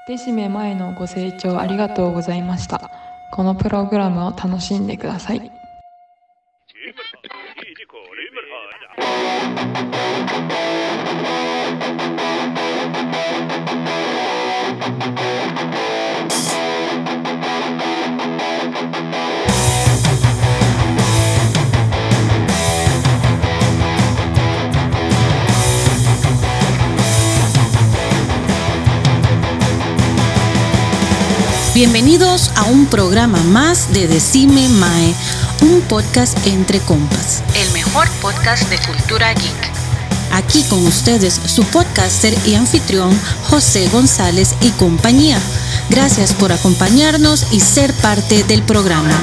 デシメ前のご清聴ありがとうございました。このプログラムを楽しんでください。 Bienvenidos a un programa más de Decime Mae, un podcast entre compas. El mejor podcast de cultura geek. Aquí con ustedes su podcaster y anfitrión José González y compañía. Gracias por acompañarnos y ser parte del programa.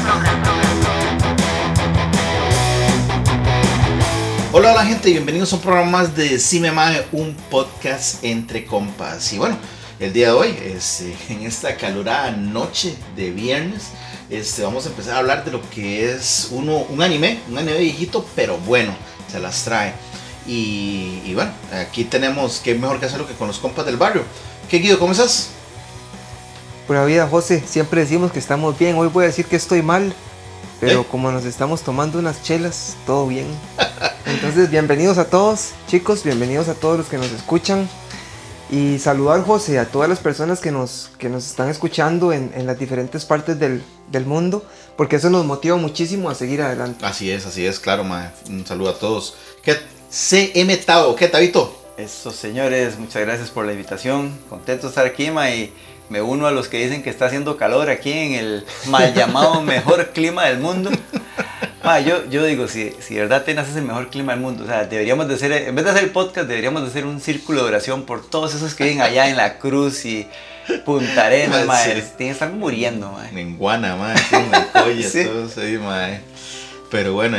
Hola gente, bienvenidos a un programa más de Decime Mae, un podcast entre compas. Y bueno, el día de hoy, en esta calorada noche de viernes, vamos a empezar a hablar de lo que es un anime viejito, pero bueno, se las trae. Y bueno, aquí tenemos, qué mejor que hacerlo que con los compas del barrio. ¿Qué, Guido, cómo estás? Pura vida, José, siempre decimos que estamos bien. Hoy voy a decir que estoy mal, pero como nos estamos tomando unas chelas, todo bien. Entonces, bienvenidos a todos, chicos, bienvenidos a todos los que nos escuchan. Y saludar, José, a todas las personas que nos están escuchando en las diferentes partes del mundo, porque eso nos motiva muchísimo a seguir adelante. Así es, claro, mae. Un saludo a todos. ¿Qué? CM Tao, ¿qué, Tabito? Eso, señores, muchas gracias por la invitación. Contento de estar aquí, ma, y me uno a los que dicen que está haciendo calor aquí en el mal llamado mejor clima del mundo. Ma, yo digo, si de verdad Atenas es el mejor clima del mundo, o sea, deberíamos de hacer, en vez de hacer el podcast, deberíamos de hacer un círculo de oración por todos esos que viven allá en La Cruz y Punta Arenas, ma, sí. Tienen que estar muriendo, ma. En Guana, ma, sí, en Nacoya, sí. Todos ahí, ma. Pero bueno,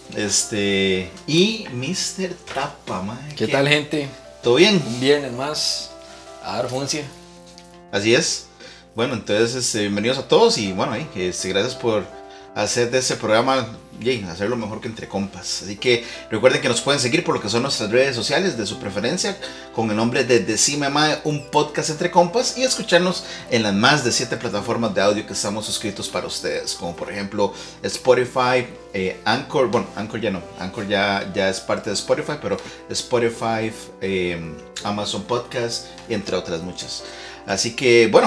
y Mr. Tapa, ma. ¿Qué tal, gente? ¿Todo bien? Un viernes más a dar funcia. Así es. Bueno, entonces, bienvenidos a todos y bueno, gracias por hacer de este programa, hacerlo mejor que entre compas. Así que recuerden que nos pueden seguir por lo que son nuestras redes sociales de su preferencia, con el nombre de Decime Mae, un podcast entre compas, y escucharnos en las más de 7 plataformas de audio que estamos suscritos para ustedes, como por ejemplo Spotify, Anchor, bueno, Anchor ya no, Anchor ya es parte de Spotify, pero Spotify, Amazon Podcast, y entre otras muchas. Así que bueno,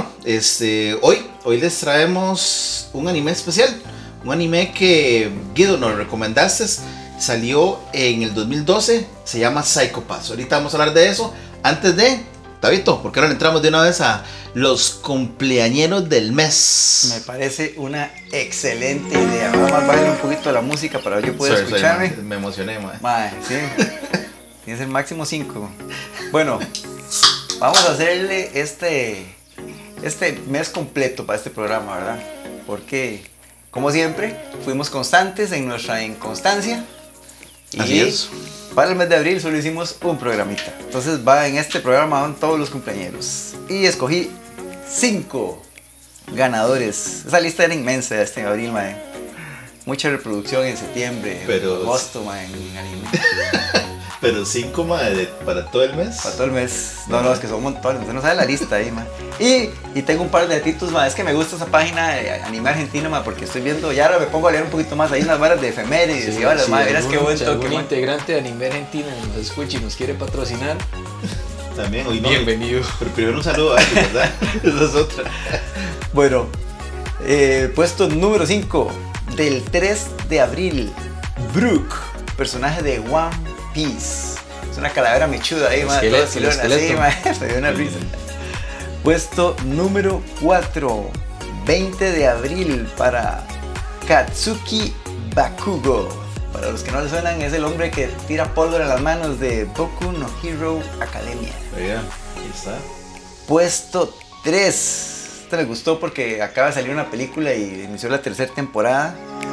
hoy les traemos un anime especial. Un anime que, Guido, nos recomendaste, salió en el 2012, se llama Psycho Pass. Ahorita vamos a hablar de eso. Antes de, Tabito, ¿por qué no entramos de una vez a los cumpleañeros del mes? Me parece una excelente idea. Vamos a bajar un poquito la música para que yo pueda escucharme. Me emocioné, mae. Mae, sí. Tienes el máximo 5. Bueno, vamos a hacerle este mes completo para este programa, ¿verdad? Porque, como siempre, fuimos constantes en nuestra inconstancia. Así es. Para el mes de abril solo hicimos un programita. Entonces en este programa van todos los cumpleañeros. Y escogí 5 ganadores. Esa lista era inmensa en abril, mae. Mucha reproducción en septiembre, en agosto, mae, en anime. Pero 5, mae, para todo el mes. Para todo el mes. No, es que son montones. Usted no sabe la lista ahí, mae. Y tengo un par de datitos, mae. Es que me gusta esa página de Anime Argentino, mae, porque estoy viendo, ya ahora me pongo a leer un poquito más. Hay unas varas de efemérides y varas, mae. Verás qué buen toque, un integrante de Anime Argentino nos escucha y nos quiere patrocinar. También, hoy no. Bienvenido. Pero primero un saludo a ellos, ¿verdad? Esa es otra. Bueno, puesto número 5, del 3 de abril, Brook, personaje de One Piece. Es una calavera mechuda ahí, mae. Esqueleto. Sí, mae, me dio una risa. Puesto número 4, 20 de abril, para Katsuki Bakugo. Para los que no le suenan, es el hombre que tira pólvora en las manos de Boku no Hero Academia. Oiga, ahí está. Puesto 3. Este me gustó porque acaba de salir una película y inició la 3ª temporada.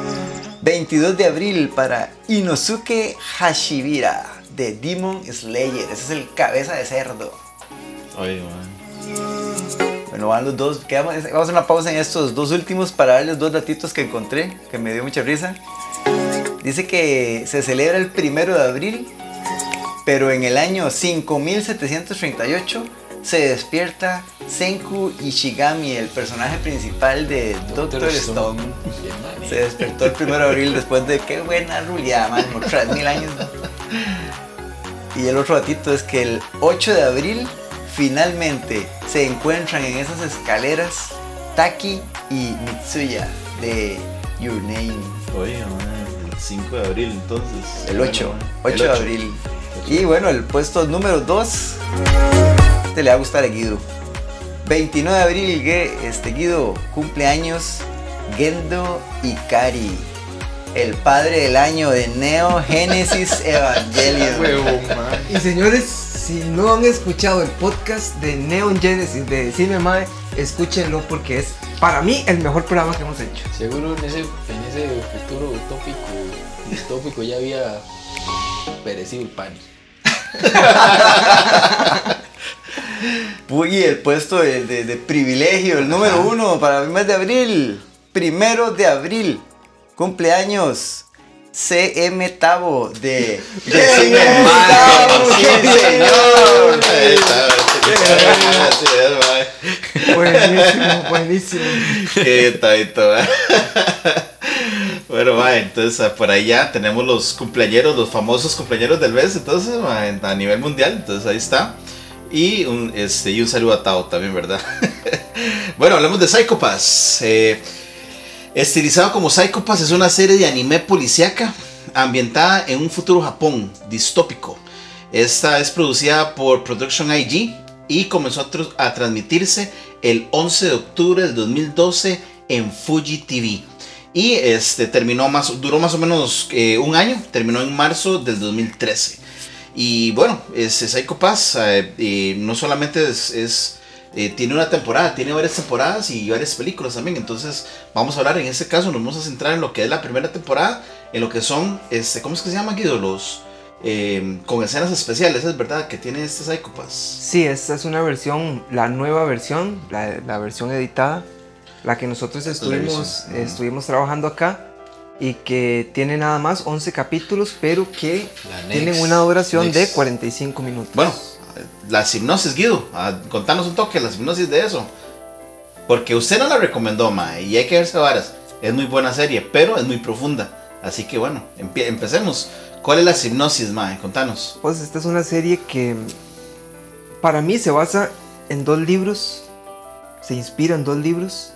22 de abril, para Inosuke Hashibira, de Demon Slayer. Ese es el cabeza de cerdo. Oye, man. Bueno, van los dos. Vamos a hacer una pausa en estos dos últimos para darles 2 datitos que encontré, que me dio mucha risa. Dice que se celebra el 1 de abril, pero en el año 5738 se despierta Senku Ishigami, el personaje principal de Doctor Stone. Se despertó el 1 de abril después de qué buena ruleada, man, como 3000 años. Y el otro datito es que el 8 de abril finalmente se encuentran en esas escaleras Taki y Mitsuya de Your Name. Oye, man, el 5 de abril entonces. El 8, Bueno, 8 de abril. Y bueno, el puesto número 2, este le va a gustar a Guido. 29 de abril, Guido cumpleaños Gendo Ikari, el padre del año de Neo Genesis Evangelion. Y señores, si no han escuchado el podcast de Neon Genesis de Decime Mae, escúchenlo porque es para mí el mejor programa que hemos hecho. Seguro en ese futuro utópico, distópico ya había perecido el pan. Uy, el puesto de privilegio, el número 1 para el mes de abril. 1 de abril, cumpleaños CM Tavo de Decime Mae. Sí, señor. Buenísimo. Qué taito, ¿eh? Bueno, va, entonces por ahí ya tenemos los cumpleañeros, los famosos cumpleañeros del mes, entonces a nivel mundial, entonces ahí está. Y un saludo a Tao también, ¿verdad? Bueno, hablemos de Psycho Pass. Estilizado como Psycho Pass es una serie de anime policíaca ambientada en un futuro Japón distópico. Esta es producida por Production IG y comenzó a transmitirse el 11 de octubre del 2012 en Fuji TV. Y duró más o menos un año, terminó en marzo del 2013. Y bueno, Psycho Pass no solamente tiene una temporada, tiene varias temporadas y varias películas también. Entonces vamos a hablar, en este caso nos vamos a centrar en lo que es la primera temporada, en lo que son, ¿cómo es que se llama, Guido? Los con escenas especiales, ¿es verdad? Que tiene este Psycho Pass. Sí, esta es una versión, la nueva versión, la versión editada, la que nosotros estuvimos trabajando acá y que tiene nada más 11 capítulos, pero que tienen una duración de 45 minutos. Bueno, la hipnosis, Guido, contanos un toque, la hipnosis de eso. Porque usted no la recomendó, mae, y hay que verse varas. Es muy buena serie, pero es muy profunda. Así que bueno, empecemos. ¿Cuál es la hipnosis, mae? Contanos. Pues esta es una serie que para mí se basa en 2 libros, se inspira en 2 libros.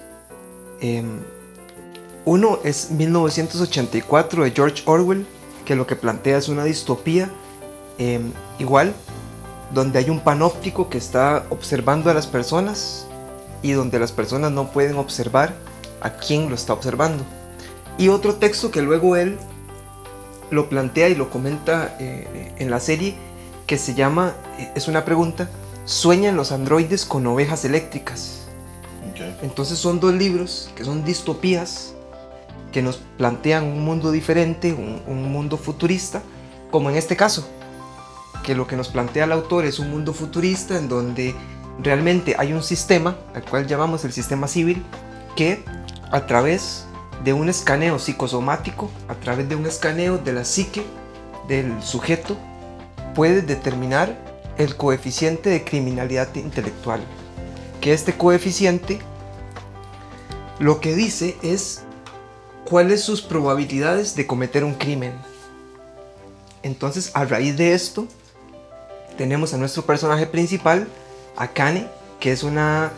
Uno es 1984 de George Orwell, que lo que plantea es una distopía igual, donde hay un panóptico que está observando a las personas y donde las personas no pueden observar a quien lo está observando. Y otro texto que luego él lo plantea y lo comenta en la serie, que se llama, es una pregunta: ¿sueñan los androides con ovejas eléctricas? Okay. Entonces son 2 libros que son distopías que nos plantean un mundo diferente, un mundo futurista, como en este caso, que lo que nos plantea el autor es un mundo futurista en donde realmente hay un sistema, al cual llamamos el sistema civil, que a través de un escaneo psicosomático, a través de un escaneo de la psique del sujeto, puede determinar el coeficiente de criminalidad intelectual. Que este coeficiente lo que dice es cuáles sus probabilidades de cometer un crimen. Entonces, a raíz de esto, tenemos a nuestro personaje principal, Akane, que es una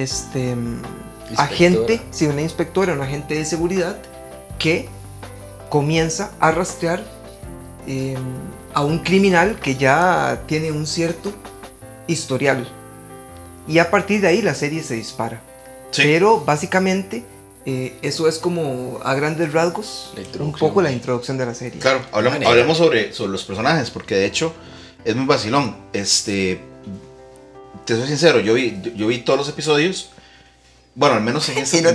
agente, sí, una inspectora, un agente de seguridad que comienza a rastrear a un criminal que ya tiene un cierto historial. Y a partir de ahí la serie se dispara. Sí. Pero básicamente eso es como a grandes rasgos un poco la introducción de la serie. Claro, hablemos sobre los personajes, porque de hecho es muy vacilón. Te soy sincero, yo vi todos los episodios. Bueno, al menos en esa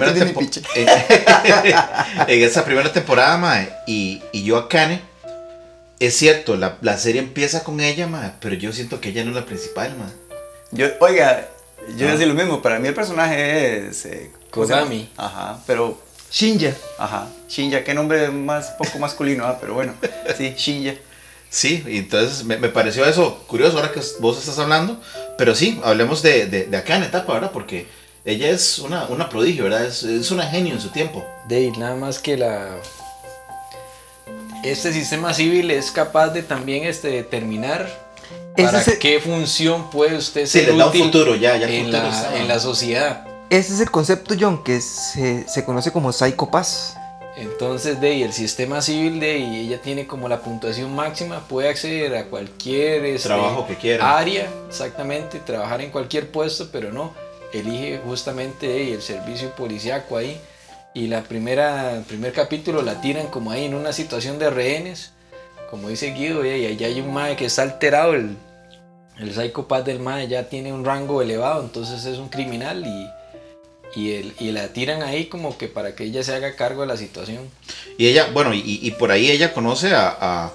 primera temporada, mae, y yo a Kane, es cierto, la serie empieza con ella, mae, pero yo siento que ella no es la principal, mae. Yo voy a decir lo mismo, para mí el personaje es Kogami. Ajá, pero Shinya. Ajá, Shinya, qué nombre más poco masculino, pero bueno, sí, Shinya. Sí, y entonces me pareció eso curioso ahora que vos estás hablando, pero sí, hablemos de acá en etapa, ¿verdad? Porque ella es una prodigio, ¿verdad? Es una genio en su tiempo. Nada más que este sistema civil es capaz de también determinar para qué función puede usted Sí, ser le da un útil futuro, ya el futuro está. en la sociedad. Ese es el concepto, John, que se conoce como Psycho Pass. Entonces, el sistema civil, y ella tiene como la puntuación máxima, puede acceder a cualquier trabajo que quiera. área, exactamente, trabajar en cualquier puesto, pero no, elige justamente el servicio policíaco ahí. Y el primer capítulo la tiran como ahí en una situación de rehenes, como dice Guido, y allá hay un mae que está alterado, el psicópata del mae ya tiene un rango elevado, entonces es un criminal y la tiran ahí como que para que ella se haga cargo de la situación. Y ella, bueno, y por ahí ella conoce a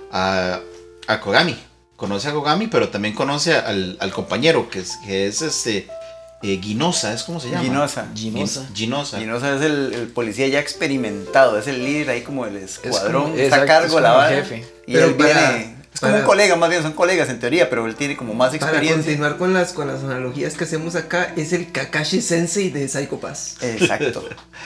Kogami. Conoce a Kogami, pero también conoce al compañero, que es Ginosa, ¿es cómo se llama? Ginosa Ginosa. es el policía ya experimentado, es el líder ahí como el escuadrón, como, está a cargo de la vara. Jefe. Y él viene, es como un colega, más bien son colegas en teoría, pero él tiene como más experiencia. Para continuar con las analogías que hacemos acá, es el Kakashi Sensei de Psycho Pass. Exacto.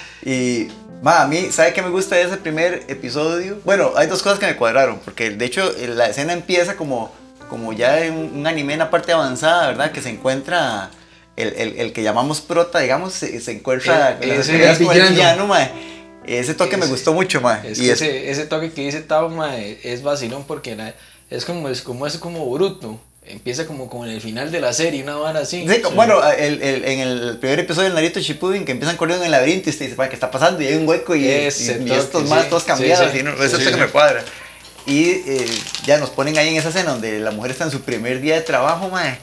Y a mí, ¿sabe qué me gusta de ese primer episodio? Bueno, hay dos cosas que me cuadraron, porque de hecho la escena empieza como ya en un anime en la parte avanzada, ¿verdad? Que se encuentra el que llamamos prota, digamos, se encuentra con el villano, mae. Ese toque me gustó mucho, mae. Es que ese toque que dice Tao, mae, es vacilón porque es como bruto. Empieza como en el final de la serie, una vara así. Sí, bueno, en el primer episodio del Naruto Shippuden, que empiezan corriendo en el laberinto y usted dice, ¿qué está pasando? Y hay un hueco y estos más todos cambiados. Sí, eso es que me cuadra. Y ya nos ponen ahí en esa escena donde la mujer está en su primer día de trabajo, mae.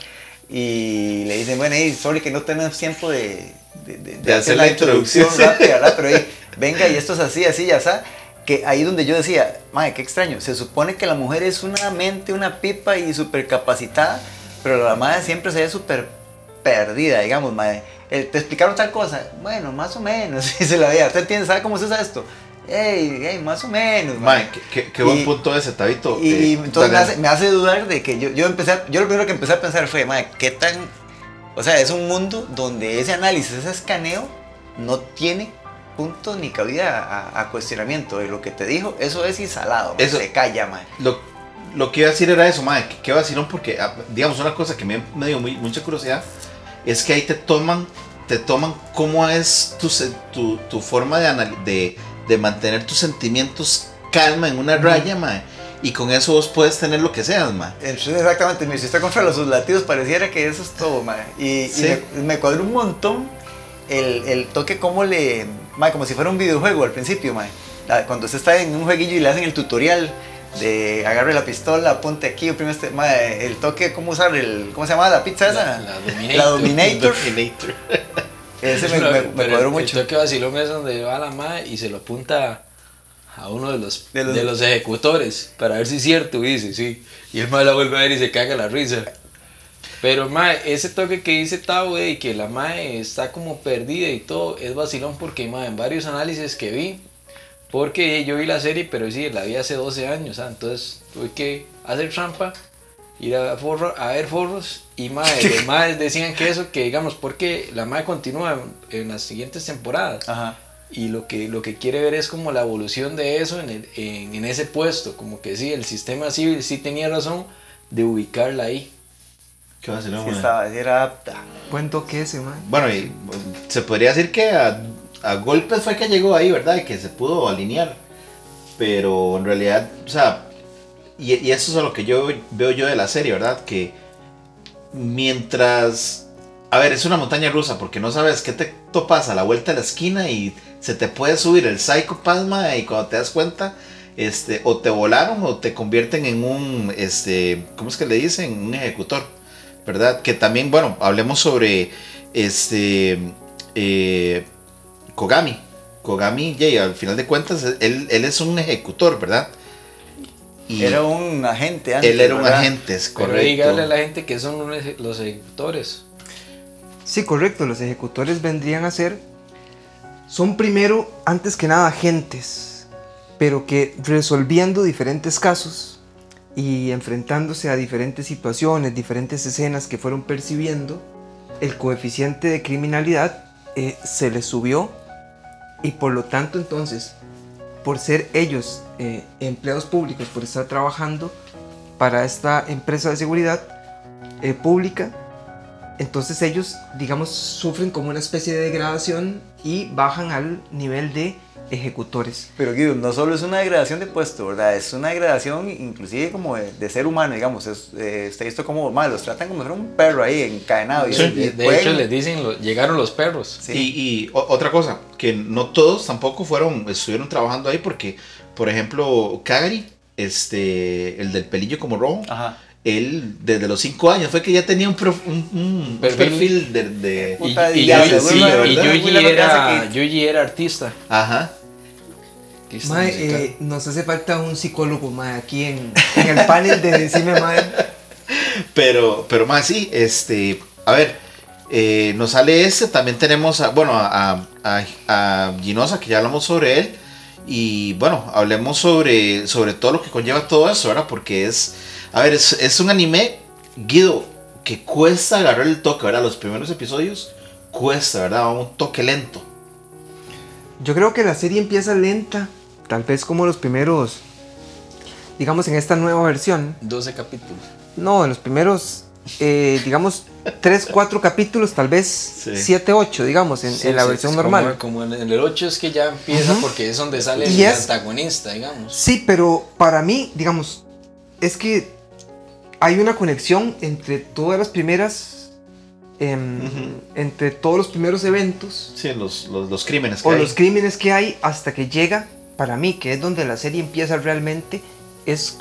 Y le dicen, bueno, hey, sorry que no tenemos tiempo de hacer la introducción rápida, ¿verdad? Pero hey, venga, y esto es así, ya está. Que ahí donde yo decía, madre, qué extraño, se supone que la mujer es una mente, una pipa y súper capacitada, pero la madre siempre se ve súper perdida, digamos, madre. ¿Te explicaron tal cosa? Bueno, más o menos, si se la veía. ¿Usted entiende? ¿Sabe cómo se usa esto? Hey, más o menos, madre. Qué buen punto ese, Tabito. Y entonces me hace dudar de que yo lo primero que empecé a pensar fue, madre, qué tan... O sea, es un mundo donde ese análisis, ese escaneo, no tiene punto ni cabida a cuestionamiento de lo que te dijo, eso es insalado, eso, se calla, mae. Lo que iba a decir era eso, mae, que vacilón, porque digamos una cosa que me dio mucha curiosidad es que ahí te toman cómo es tu forma de mantener tus sentimientos calma en una raya, mae, y con eso vos puedes tener lo que seas, mae. Exactamente, si está contra los latidos pareciera que eso es todo, mae, y me cuadró un montón el toque como como si fuera un videojuego al principio, mae. Cuando usted está en un jueguillo y le hacen el tutorial de agarre la pistola, aponte aquí, oprime mae, el toque, cómo usar ¿cómo se llama la pizza esa? La Dominator. Ese me cuadró mucho. El toque vacilón es donde va la mae y se lo apunta a uno de los ejecutores para ver si es cierto, y dice, sí. Y el mae la vuelve a ver y se caga la risa. Pero, mae, ese toque que dice Tao, y que la mae está como perdida y todo, es vacilón porque, mae, en varios análisis que vi, porque yo vi la serie, pero sí, la vi hace 12 años, entonces tuve que hacer trampa, ir a ver forros, y, mae, los maes decían que digamos, porque la mae continúa en las siguientes temporadas. Ajá. Y lo que quiere ver es como la evolución de eso en ese puesto, como que sí, el sistema civil sí tenía razón de ubicarla ahí. ¿Qué va a ser, era apta. Buen toque ese, man. Bueno, y se podría decir que a golpes fue que llegó ahí, ¿verdad? Y que se pudo alinear. Pero en realidad, o sea, y eso es lo que yo veo yo de la serie, ¿verdad? Que mientras... A ver, es una montaña rusa porque no sabes qué te topas a la vuelta de la esquina y se te puede subir el psicopasma y cuando te das cuenta... o te volaron o te convierten en un... ¿cómo es que le dicen? Un ejecutor, ¿verdad? Que también, bueno, hablemos sobre Kogami. Kogami, al final de cuentas, él es un ejecutor, ¿verdad? Y era un agente antes. Él era un agente, es correcto. Pero dígale a la gente que son los ejecutores. Sí, correcto, los ejecutores vendrían a ser... Son primero, antes que nada, agentes, pero que resolviendo diferentes casos y enfrentándose a diferentes situaciones, diferentes escenas que fueron percibiendo, el coeficiente de criminalidad se les subió, y por lo tanto entonces, por ser ellos empleados públicos, por estar trabajando para esta empresa de seguridad pública, entonces ellos, digamos, sufren como una especie de degradación y bajan al nivel de ejecutores. Pero Guido, no solo es una degradación de puesto, ¿verdad? Es una degradación inclusive como de ser humano, digamos. Está visto como, los tratan como si fuera un perro ahí encadenado. Sí. De hecho, les dicen, llegaron los perros. Sí. Y otra cosa, que no todos tampoco estuvieron trabajando ahí, porque, por ejemplo, Kagari, el del pelillo como rojo, Ajá. él desde los 5 años fue que ya tenía un perfil de Puta, Y ya, Yuji seguro, ¿verdad? ¿verdad? Yuji era artista. Ajá. Artista Mae, musical. nos hace falta un psicólogo, mae, aquí en el panel de Decime, mae. Pero más sí, a ver, nos sale también tenemos a Ginosa, que ya hablamos sobre él, y bueno, hablemos sobre todo lo que conlleva todo eso, ¿verdad? Porque es un anime, Guido, que cuesta agarrar el toque, ¿verdad? Los primeros episodios cuesta, ¿verdad? Un toque lento. Yo creo que la serie empieza lenta, tal vez como los primeros, digamos en esta nueva versión. 12 capítulos. No, en los primeros, digamos, 3, 4 capítulos, tal vez Sí. 7, 8, digamos, en la versión es normal. Como en el 8 es que ya empieza, porque es donde sale Y el es- antagonista, digamos. Sí, pero para mí, digamos, es que hay una conexión entre todas las primeras, entre todos los primeros eventos Sí, los crímenes que o hay. los crímenes que hay hasta que llega, para mí, que es donde la serie empieza realmente, es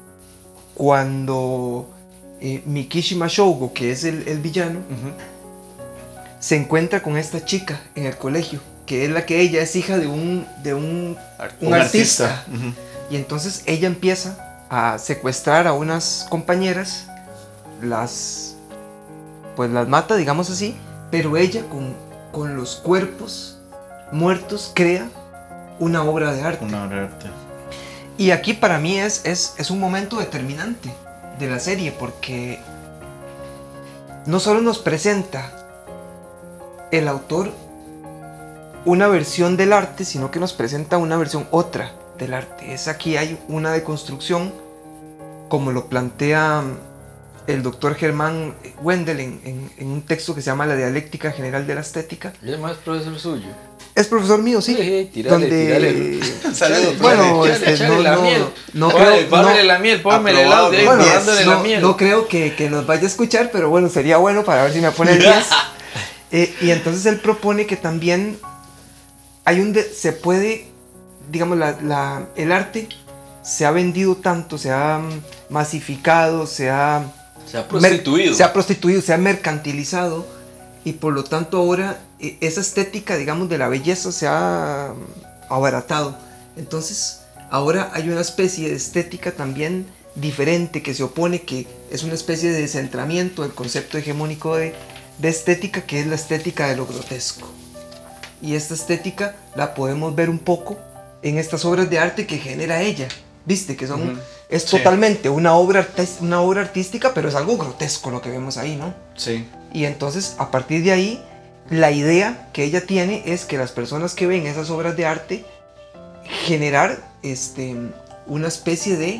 cuando Mikishi Mashougo, que es el villano, se encuentra con esta chica en el colegio, que es la que ella es hija de un artista. Ujú. Y entonces ella empieza a secuestrar a unas compañeras, las mata, digamos así, pero ella con los cuerpos muertos crea una obra de arte. Una obra de arte. Y aquí para mí es un momento determinante de la serie, porque no solo nos presenta el autor una versión del arte, sino que nos presenta una versión otra del arte. Aquí hay una deconstrucción, como lo plantea el doctor Germán Wendel en un texto que se llama La dialéctica general de la estética. Es más profesor suyo. Es profesor mío, sí. Tírale, tírale. Saludos, Bueno, Échale la miel. no Póngale creo, la miel, póngame el aprobado, audio, bueno, dándole la miel. no creo que nos vaya a escuchar, pero bueno, sería bueno para ver si me pone el 10. Y entonces él propone que también se puede, digamos, el arte se ha vendido tanto, se ha masificado, se ha prostituido, se ha mercantilizado, y por lo tanto ahora esa estética, digamos, de la belleza se ha abaratado. Entonces ahora hay una especie de estética también diferente que se opone, que es una especie de descentramiento del concepto hegemónico de estética, que es la estética de lo grotesco. Y esta estética la podemos ver un poco en estas obras de arte que genera ella, viste, que son es Sí. totalmente una obra artística, pero es algo grotesco lo que vemos ahí, ¿no? Sí. Y entonces, a partir de ahí, la idea que ella tiene es que las personas que ven esas obras de arte generar una especie de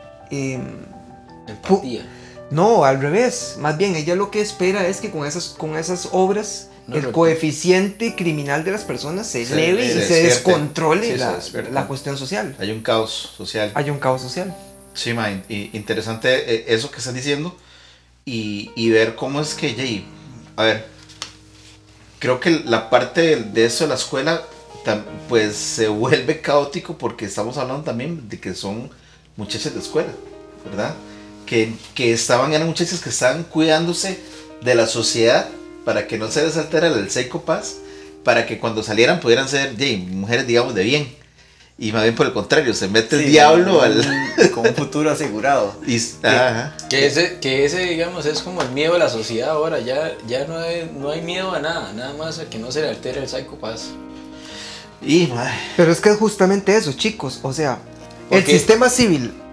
Empatía. no, al revés. Más bien, ella lo que espera es que con esas obras el coeficiente criminal de las personas se eleve y se despierte. descontrole Sí, se despierte. la cuestión social. Hay un caos social. Hay un caos social. Sí, interesante eso que estás diciendo y ver cómo es que, a ver, creo que la parte de eso de la escuela pues se vuelve caótico porque estamos hablando también de que son muchachas de escuela, ¿verdad? Que eran muchachas que estaban cuidándose de la sociedad para que no se les altera el Psycho Pass, para que cuando salieran pudieran ser mujeres, digamos, de bien. Y más bien por el contrario, se mete el diablo con un futuro asegurado. Ajá. Que ese, digamos, es como el miedo de la sociedad ahora. Ya no hay miedo a nada más a que no se le altere el Psycho Pass. Y, madre, Pero es que es justamente eso, chicos. O sea, el Porque- sistema civil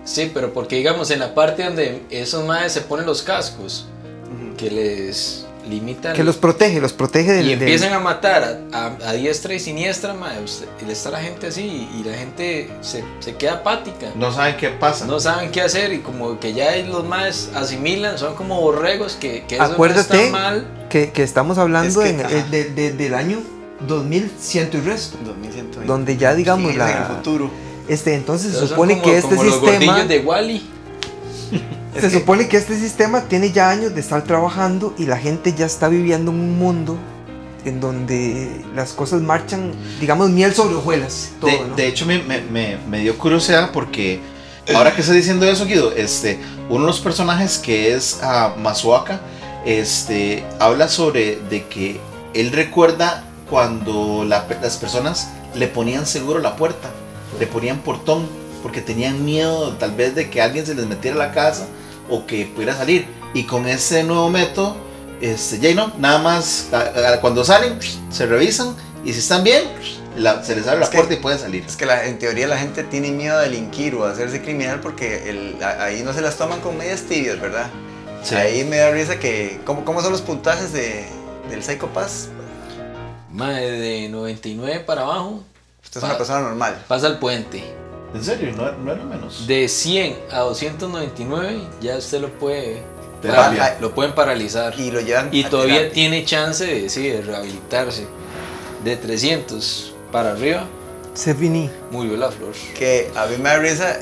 Sí, pero porque digamos en la parte donde esos maes se ponen los cascos, que les limitan... Que los protege y empiezan a matar a diestra y siniestra, mae, y está la gente así y la gente se queda apática. No saben qué pasa. No saben qué hacer y como que ya los maes asimilan, son como borregos que eso Acuérdate no está mal. que estamos hablando Es que, del año 2100 y resto. 2120. Donde ya digamos Sí, en el futuro. Entonces se Son supone como- que este como los sistema... gordillos de Wall-E. Se supone que este sistema tiene ya años de estar trabajando y la gente ya está viviendo en un mundo en donde las cosas marchan, digamos, miel sobre hojuelas. Todo, ¿no? De hecho, me dio curiosidad porque ahora que estás diciendo eso, Guido, uno de los personajes que es Masuaka, habla sobre de que él recuerda cuando las personas le ponían seguro la puerta, le ponían portón, porque tenían miedo tal vez de que alguien se les metiera a la casa o que pudiera salir. Y con ese nuevo método, ya no, nada más cuando salen, se revisan y si están bien, se les abre la puerta y pueden salir. Es que en teoría la gente tiene miedo a delinquir o a hacerse criminal porque ahí no se las toman con medias tibias, ¿verdad? Sí. Ahí me da risa que... ¿Cómo son los puntajes del Psycho Pass? Mae, de 99 para abajo, Usted es una persona normal. pasa al puente. ¿En serio? No era menos. De 100 a 299 ya usted lo puede... Terapia. Lo pueden paralizar. Y lo llevan Y a todavía terapia. tiene chance de rehabilitarse. De 300 para arriba, Se finí. murió la flor. Que a mí me da risa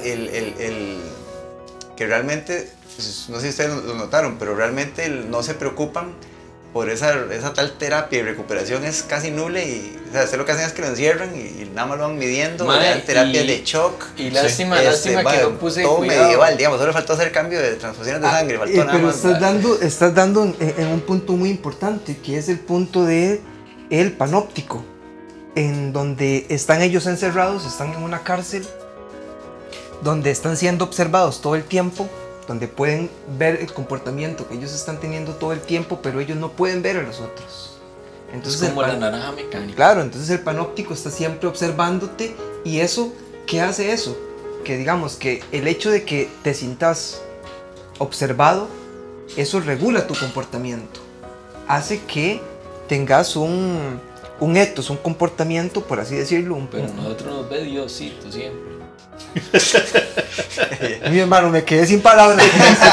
que realmente, no sé si ustedes lo notaron, pero realmente no se preocupan por esa tal terapia y recuperación es casi nula y o sea, lo que hacen es que lo encierran y nada más lo van midiendo, Mae, le dan terapia y- de shock. Y lástima que vale, no puse todo cuidado. medieval, digamos, solo faltó hacer cambio de transfusiones de sangre, faltó nada Pero más. estás dando en un punto muy importante, que es el punto de el panóptico, en donde están ellos encerrados, están en una cárcel, donde están siendo observados todo el tiempo, donde pueden ver el comportamiento que ellos están teniendo todo el tiempo, pero ellos no pueden ver a los otros. Es Entonces como el la pan- naranja mecánica. Claro, entonces el panóptico está siempre observándote y eso, ¿qué hace eso? Que digamos que el hecho de que te sientas observado, eso regula tu comportamiento, hace que tengas un ethos, un comportamiento, por así decirlo, Pero nosotros nos ve Diosito siempre. Mi hermano, me quedé sin palabras.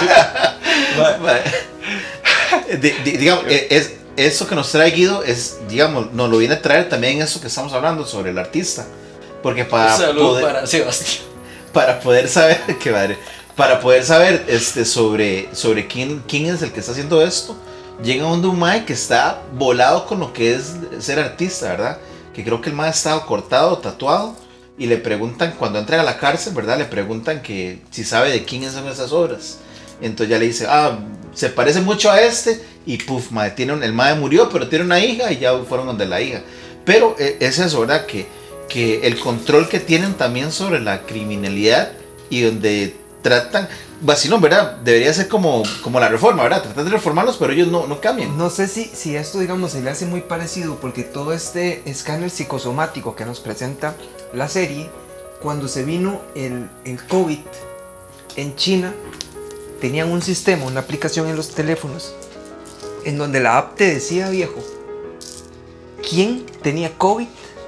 Digamos, eso que nos trae Guido digamos, nos lo viene a traer también eso que estamos hablando sobre el artista. Porque Un saludo para Sebastián. para poder saber, qué madre, para poder saber sobre quién es el que está haciendo esto, llega un mae que está volado con lo que es ser artista, ¿verdad? Que creo que el mae ha estado cortado, tatuado, y le preguntan, cuando entra a la cárcel, ¿verdad? Le preguntan que si sabe de quién son esas obras. Entonces ya le dice, se parece mucho a y puf, mae, el mae murió, pero tiene una hija, y ya fueron donde la hija. Pero es eso, ¿verdad? Que el control que tienen también sobre la criminalidad y donde tratan, vacilón, ¿verdad? Debería ser como la reforma, ¿verdad? Tratan de reformarlos, pero ellos no cambian. No sé si esto, digamos, se le hace muy parecido, porque todo este escáner psicosomático que nos presenta la serie, cuando se vino el COVID en China, tenían un sistema, una aplicación en los teléfonos, en donde la app te decía, viejo, quién tenía COVID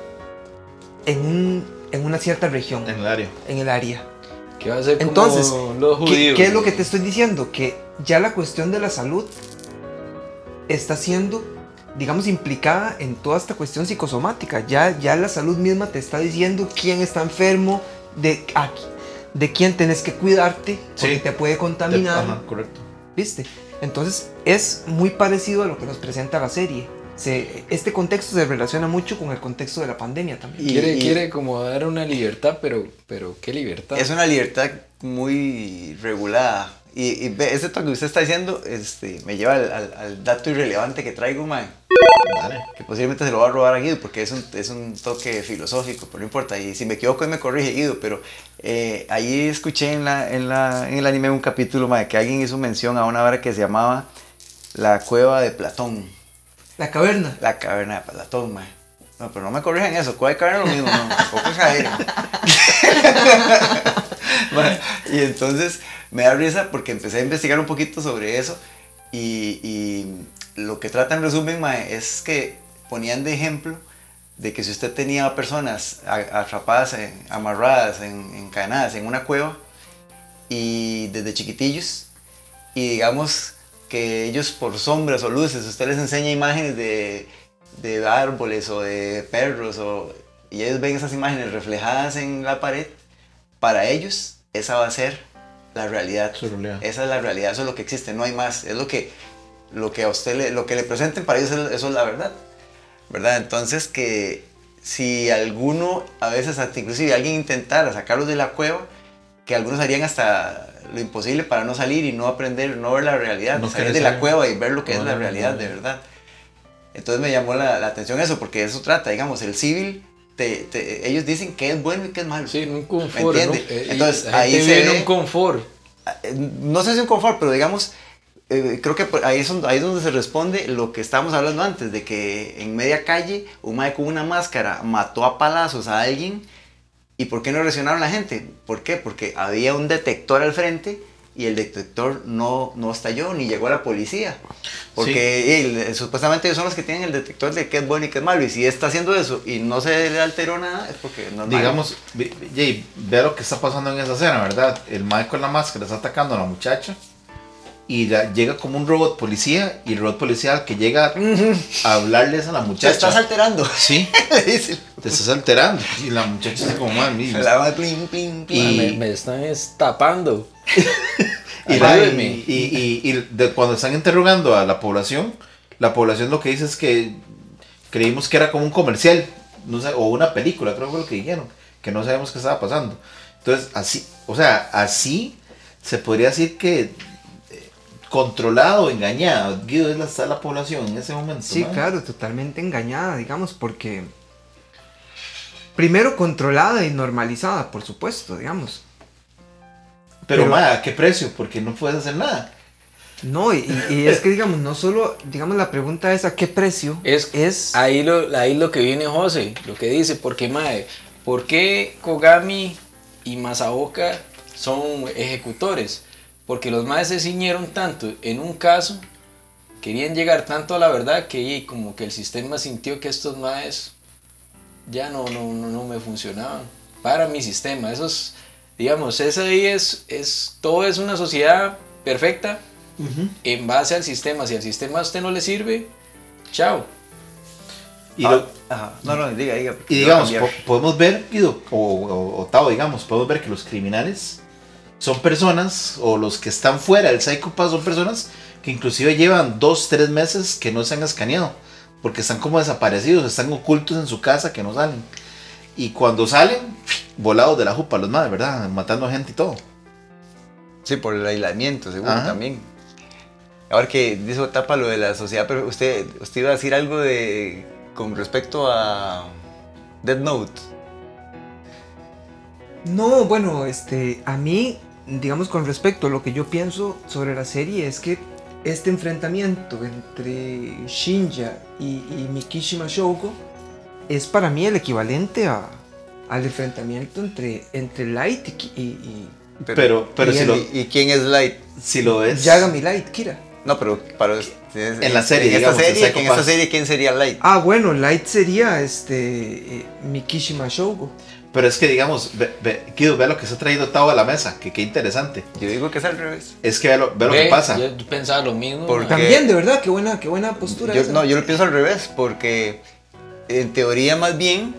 en una cierta región, En el área. en el área. Que va a ser como Entonces, los judíos. ¿qué es lo que te estoy diciendo? Que ya la cuestión de la salud está siendo, digamos, implicada en toda esta cuestión psicosomática. Ya la salud misma te está diciendo quién está enfermo, de quién tenés que cuidarte, porque Sí. te puede contaminar. Ajá, correcto. ¿Viste? Entonces es muy parecido a lo que nos presenta la serie. Este contexto se relaciona mucho con el contexto de la pandemia también. Quiere como dar una libertad, pero ¿qué libertad? Es una libertad muy regulada. Y ese toque que usted está diciendo me lleva al dato irrelevante que traigo, mae. Dale. Que posiblemente se lo va a robar a Guido porque es un toque filosófico, pero no importa. Y si me equivoco, me corrige Guido. Pero ahí escuché en el anime un capítulo, mae, que alguien hizo mención a una obra que se llamaba La Cueva de Platón. La caverna. La caverna de Platón, mae. No, pero no me corrijan eso. Cueva de caverna es lo mismo, no. Tampoco exageren. Y entonces me da risa porque empecé a investigar un poquito sobre eso y lo que trata en resumen, mae, es que ponían de ejemplo de que si usted tenía personas atrapadas, amarradas, encadenadas en una cueva y desde chiquitillos, y digamos que ellos por sombras o luces, usted les enseña imágenes de árboles o de perros y ellos ven esas imágenes reflejadas en la pared, para ellos esa va a ser la realidad. Esa es la realidad, eso es lo que existe, no hay más. Es lo que a usted lo que le presenten, para ellos eso es la verdad, ¿verdad? Entonces que si alguno, a veces hasta inclusive alguien intentara sacarlos de la cueva, que algunos harían hasta lo imposible para no salir y no aprender, no ver la realidad, no salir de la cueva y ver lo que es la realidad de verdad. Entonces me llamó la atención eso, porque eso trata, digamos, el civil, ellos dicen que es bueno y que es malo. Sí, en un confort, ¿me entiende? ¿no? Entonces ahí se viene ve un confort. No sé si un confort, pero digamos, creo que ahí es donde se responde lo que estábamos hablando antes, de que en media calle un mae con una máscara mató a palazos a alguien. ¿Y por qué no reaccionaron la gente? ¿Por qué? Porque había un detector al frente y el detector no estalló ni llegó a la policía. Porque supuestamente ellos son los que tienen el detector de qué es bueno y qué es malo. Y si está haciendo eso y no se le alteró nada, es porque no es digamos, Jay, ve lo que está pasando en esa escena, ¿verdad? El mae con la máscara está atacando a la muchacha y llega como un robot policía, y el robot policial que llega a hablarles a la muchacha. Te estás alterando. Sí, te estás alterando. Y la muchacha está como, man, se la va plin, plin, plin. Me están tapando. Y cuando están interrogando a la población lo que dice es que creímos que era como un comercial, no sé, o una película, creo que fue lo que dijeron, que no sabemos qué estaba pasando. Entonces, así se podría decir que controlado, engañado, Guido, está la población en ese momento. Sí, ¿no? claro, totalmente engañada, digamos, porque primero controlada y normalizada, por supuesto, digamos. Pero ¿a qué precio? Porque no puedes hacer nada. No, y es que, digamos, no solo, digamos, la pregunta es ¿a qué precio? Es ahí lo que viene José, lo que dice, porque mae, ¿por qué Kogami y Masaoka son ejecutores? Porque los maes se ciñeron tanto en un caso, querían llegar tanto a la verdad, que como que el sistema sintió que estos maes ya no me funcionaban para mi sistema. Esos, digamos, esa ahí todo es una sociedad perfecta en base al sistema. Si al sistema a usted no le sirve, chao. Diga. Y digamos, podemos ver, Guido, o Tao, digamos, podemos ver que los criminales son personas, o los que están fuera del Psycho Pass son personas que inclusive llevan 2-3 meses que no se han escaneado, porque están como desaparecidos, están ocultos en su casa, que no salen. Y cuando salen, volados de la jupa los madres, ¿verdad? Matando gente y todo. Sí, por el aislamiento, seguro. Ajá. También. Ahora que dice Tapa lo de la sociedad, pero usted iba a decir algo con respecto a Death Note. No, bueno, a mí, digamos, con respecto a lo que yo pienso sobre la serie, es que este enfrentamiento entre Shinja y Mikishima Shougo es para mí el equivalente al enfrentamiento entre Light y Pero ¿Y quién es Light? Si lo es, Yagami Light, Kira. No, pero en la serie, en esta digamos, serie, ¿quién sería Light? Ah, bueno, Light sería Mikishima Shougo. pero es que digamos, Guido, ve lo que se ha traído Tao a la mesa, que qué interesante. Yo digo que es al revés. Es que ve lo que pasa. Yo pensaba lo mismo. Porque- También, de verdad, qué buena postura. Yo esa. lo pienso al revés, porque en teoría más bien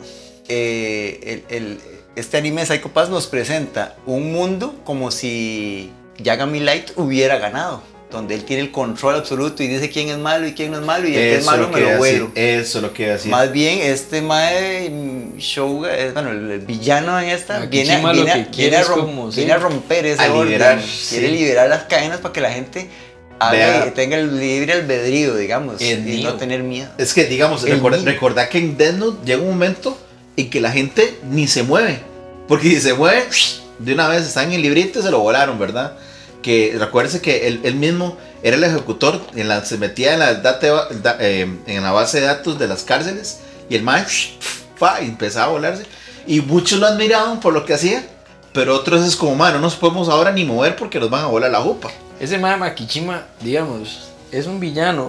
este anime Psycho Pass nos presenta un mundo como si Yagami Light hubiera ganado, donde él tiene el control absoluto y dice quién es malo y quién no es malo, y el que es malo me lo vuelo. Eso es lo que iba a decir. Más bien este mae Shouga, bueno, el villano en esta viene a romper ese liberar, orden, quiere liberar las cadenas para que la gente tenga el libre albedrío, digamos, y no tener miedo. Es que, digamos, recordá que en Death Note llega un momento en que la gente ni se mueve. Porque si se mueve, de una vez están en el librito y se lo volaron, ¿verdad? Que recuérdense que él mismo era el ejecutor, se metía en la base de datos de las cárceles, y el mae y empezaba a volarse. Y muchos lo admiraban por lo que hacía, pero otros es como, no nos podemos ahora ni mover porque nos van a volar la jupa. Ese mae Makishima, digamos, es un villano,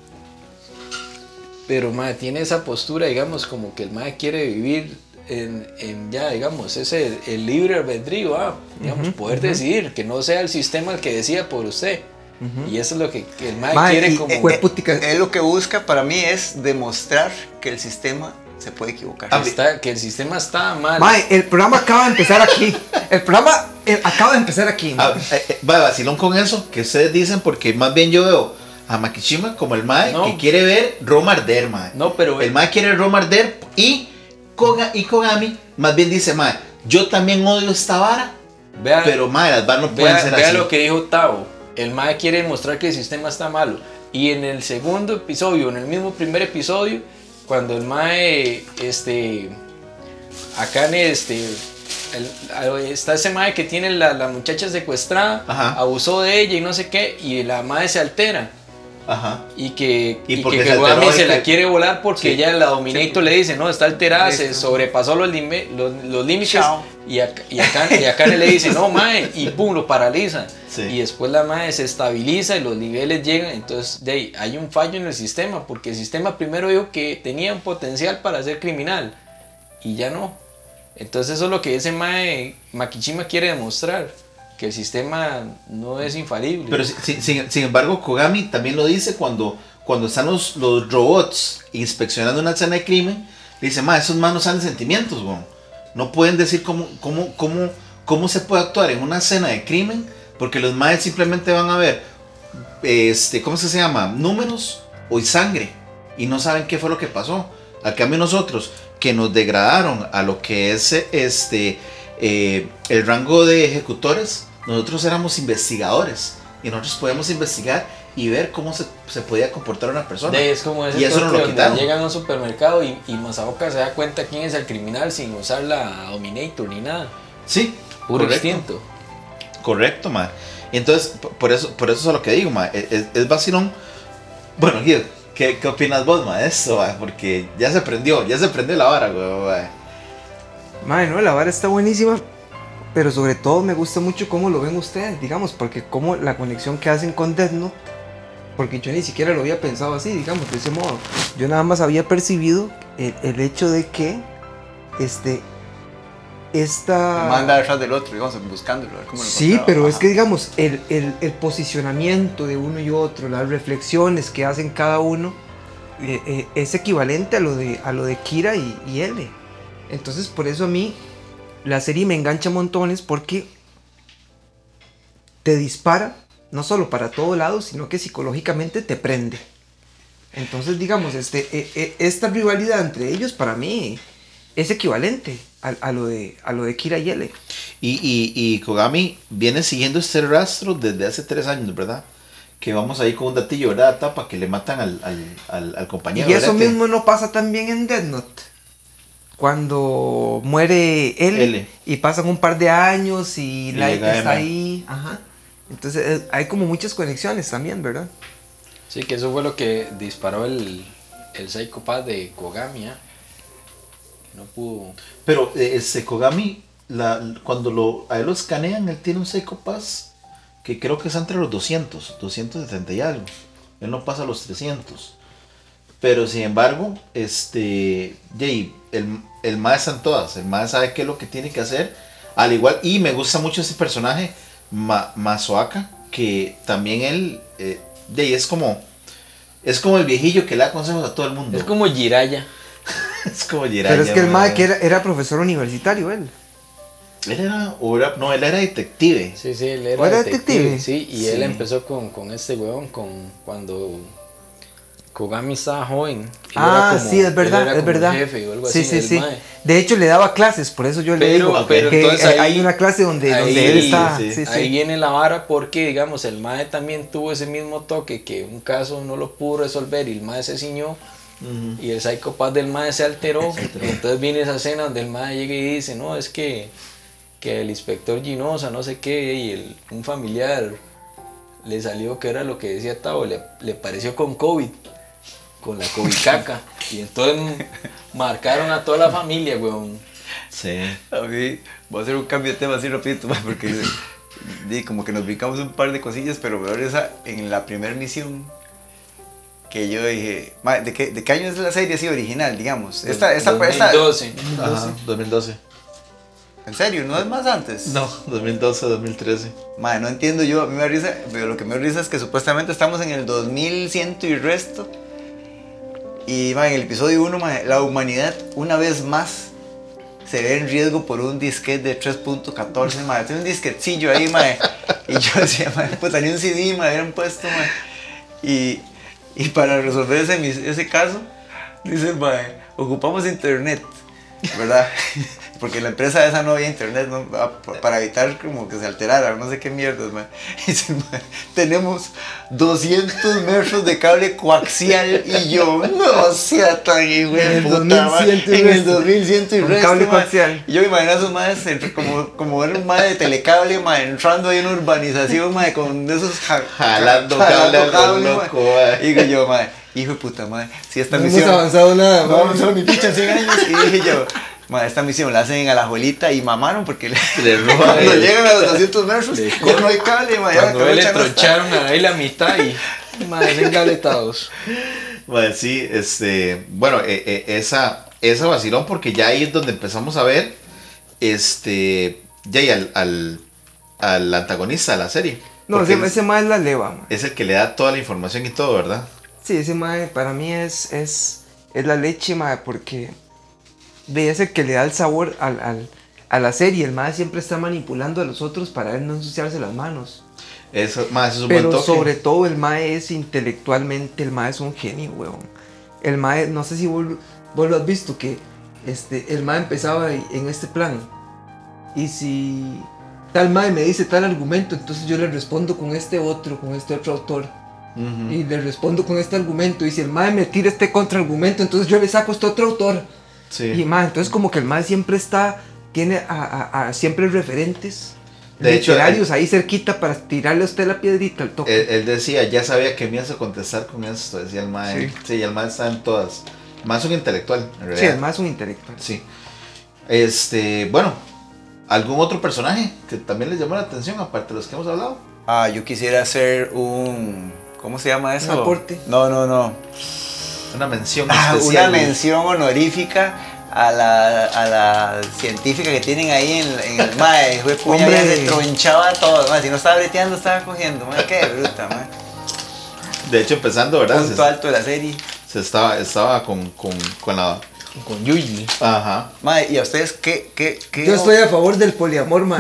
pero mae tiene esa postura, digamos, como que el mae quiere vivir en ya, digamos, es el libre albedrío, digamos, poder decidir, que no sea el sistema el que decida por usted. Y eso es lo que el mae quiere como... Él lo que busca para mí es demostrar que el sistema se puede equivocar. Que el sistema está mal. Mae, el programa acaba de empezar aquí. El programa acaba de empezar aquí. Va, vacilón con eso que ustedes dicen, porque más bien yo veo a Makishima como el mae que quiere ver Roma arder, mae. No, pero el mae quiere Roma arder y Kogami más bien dice, mae, yo también odio esta vara, pero mae, las varas no pueden ser así. Vea lo que dijo Tavo. El mae quiere demostrar que el sistema está malo. Y en el segundo episodio, en el mismo primer episodio, cuando el mae, acá en está ese mae que tiene la muchacha secuestrada, abusó de ella y no sé qué, y la mae se altera. Ajá. Y que Kogami se la quiere volar porque ella, la Dominator, le dice, no, está alterada, se sobrepasó los límites. Y acá le dice, no, mae, y pum, lo paraliza. Sí. Y después la mae se estabiliza y los niveles llegan. Entonces, hay un fallo en el sistema, porque el sistema primero dijo que tenía un potencial para ser criminal y ya no. Entonces, eso es lo que ese mae Makishima quiere demostrar, que el sistema no es infalible. Pero sin embargo, Kogami también lo dice cuando están los robots inspeccionando una escena de crimen. Le dice, esos manos salen sentimientos, güey. No pueden decir cómo se puede actuar en una escena de crimen, porque los maes simplemente van a ver, ¿cómo se llama? Números o sangre, y no saben qué fue lo que pasó. Al cambio nosotros, que nos degradaron a lo que es el rango de ejecutores, nosotros éramos investigadores, y nosotros podíamos investigar y ver cómo se podía comportar una persona. Es como ese, y eso no lo quitaron. Llegan a un supermercado y Masaoka se da cuenta quién es el criminal sin usar la Dominator ni nada. Sí, puro instinto. Correcto, ma. Entonces, por eso es lo que digo, ma. Es vacilón. Bueno, Guido, ¿qué opinas vos, ma, de esto, ma? Porque ya se prendió la vara, güey. Ma, no, la vara está buenísima. Pero sobre todo me gusta mucho cómo lo ven ustedes, digamos, porque como la conexión que hacen con Death Note, porque yo ni siquiera lo había pensado así, digamos, de ese modo. Yo nada más había percibido el hecho de que manda detrás del otro, digamos, buscándolo, a ver cómo lo sí, pero es que digamos, el posicionamiento de uno y otro, las reflexiones que hacen cada uno, es equivalente a lo de Kira y L. Entonces por eso a mí la serie me engancha montones, porque te dispara, no solo para todo lado, sino que psicológicamente te prende. Entonces, digamos, esta rivalidad entre ellos para mí es equivalente a lo de Kira y L. Y Kogami viene siguiendo este rastro desde hace 3 años, ¿verdad? Que vamos ahí con un datillo, ¿verdad? Tapa que le matan al compañero. Y eso mismo no pasa también en Death Note. Cuando muere él y pasan un par de años y Light está ahí. Ajá. Entonces hay como muchas conexiones también, ¿verdad? Sí, que eso fue lo que disparó el Psycho Pass de Kogami, no pudo. Pero Kogami, cuando a él lo escanean, él tiene un Psycho Pass que creo que es entre los 270 y algo. Él no pasa los 300. Pero sin embargo, el mae está en todas. El mae sabe qué es lo que tiene que hacer. Al igual, y me gusta mucho ese personaje, Masaoka, que también él, es como el viejillo que le da consejos a todo el mundo. Es como Jiraiya. Es como Jiraiya. Pero es que el mae que era profesor universitario, él. Él era detective. Sí, él era detective. Sí, y él empezó con este weón, cuando Kogami estaba joven. Sí, es verdad, es verdad. Jefe o algo sí, así, sí. De hecho, le daba clases, por eso yo le digo pero que entonces hay una clase donde él está. Ahí viene la vara, porque, digamos, el mae también tuvo ese mismo toque, que un caso no lo pudo resolver y el mae se ciñó. Y el Psycho Pass del mae se alteró. Y entonces viene esa escena donde el mae llega y dice, no, es que el inspector Ginosa, no sé qué, y un familiar le salió que era lo que decía Tavo, le pareció con COVID. Con la COVID caca. Y entonces marcaron a toda la familia, weón. Sí. A mí, voy a hacer un cambio de tema así rapidito, mae, porque como que nos brincamos un par de cosillas, pero peor esa, en la primera misión, que yo dije, mae, ¿de qué año es la serie así original, digamos? Esta 2012. Ajá, 2012. ¿En serio? ¿No es más antes? No, 2012, 2013. Madre, no entiendo yo, a mí me da risa, pero lo que me da risa es que supuestamente estamos en el 2100 y resto. Y madre, en el episodio 1, madre, la humanidad una vez más se ve en riesgo por un disquete de 3.14, madre. Tiene un disquetcillo ahí, madre. Y yo decía, madre, pues tenía un CD, madre, habían puesto, madre. Y para resolver ese caso, dice, madre, ocupamos internet, ¿verdad? Porque en la empresa esa no había internet, ¿no? Para evitar como que se alterara, no sé qué mierdas, man. Y dice, man, tenemos 200 metros de cable coaxial y yo, no sea tan güey, puta, man. En el 2100 y resto, cable man. coaxial. Y yo me imagino a esos madres como era un madre de telecable, man, entrando ahí en una urbanización, man, con esos jalando cable, loco, man. Y digo yo, man, hijo de puta, man, si esta No misión... hemos avanzado nada, No avanzado ni picha en 100 años. Y dije yo, madre, esta misión la hacen a la abuelita y mamaron porque le roban. cuando llegan a los 200 metros ya no hay cable, madre. Cuando le troncharon ahí la mitad y madre, engaletados. Bueno, sí, bueno, esa vacilón, porque ya ahí es donde empezamos a ver ya ahí al antagonista de la serie. No, ese mae es la leva, man. Es el que le da toda la información y todo, ¿verdad? Sí, ese mae para mí es la leche, mae, porque es el que le da el sabor a la serie. El mae siempre está manipulando a los otros para él no ensuciarse las manos. Eso, mae, eso es un Pero buen toque. sobre todo el mae es intelectualmente, el mae es un genio, weón. El mae, no sé si vos lo has visto, que el mae empezaba en este plan. Y si tal mae me dice tal argumento, entonces yo le respondo con este otro autor. Uh-huh. Y le respondo con este argumento. Y si el mae me tira este contraargumento, entonces yo le saco este otro autor. Sí. Y mae, entonces como que el mae siempre tiene siempre referentes De hecho, literarios ahí cerquita para tirarle a usted la piedrita al toque. Él decía, ya sabía que me ibas a contestar con esto, decía el mae. Sí, el mae está en todas. El mae es un intelectual, en realidad. Sí, el mae es un intelectual. Sí. Bueno, ¿algún otro personaje que también les llamó la atención, aparte de los que hemos hablado? Ah, yo quisiera hacer un... ¿Cómo se llama eso? Un aporte. No. Una mención Una especial. mención honorífica a la científica que tienen ahí en el mae. Fue puña, ya se tronchaba todo. Mae. Si no estaba breteando, estaba cogiendo. Mae. Qué bruta, mae. De hecho, empezando, ¿verdad? Punto alto de la serie. Se estaba con la... Con Yuji. Ajá. Mae, ¿y a ustedes qué? Yo estoy a favor del poliamor, mae.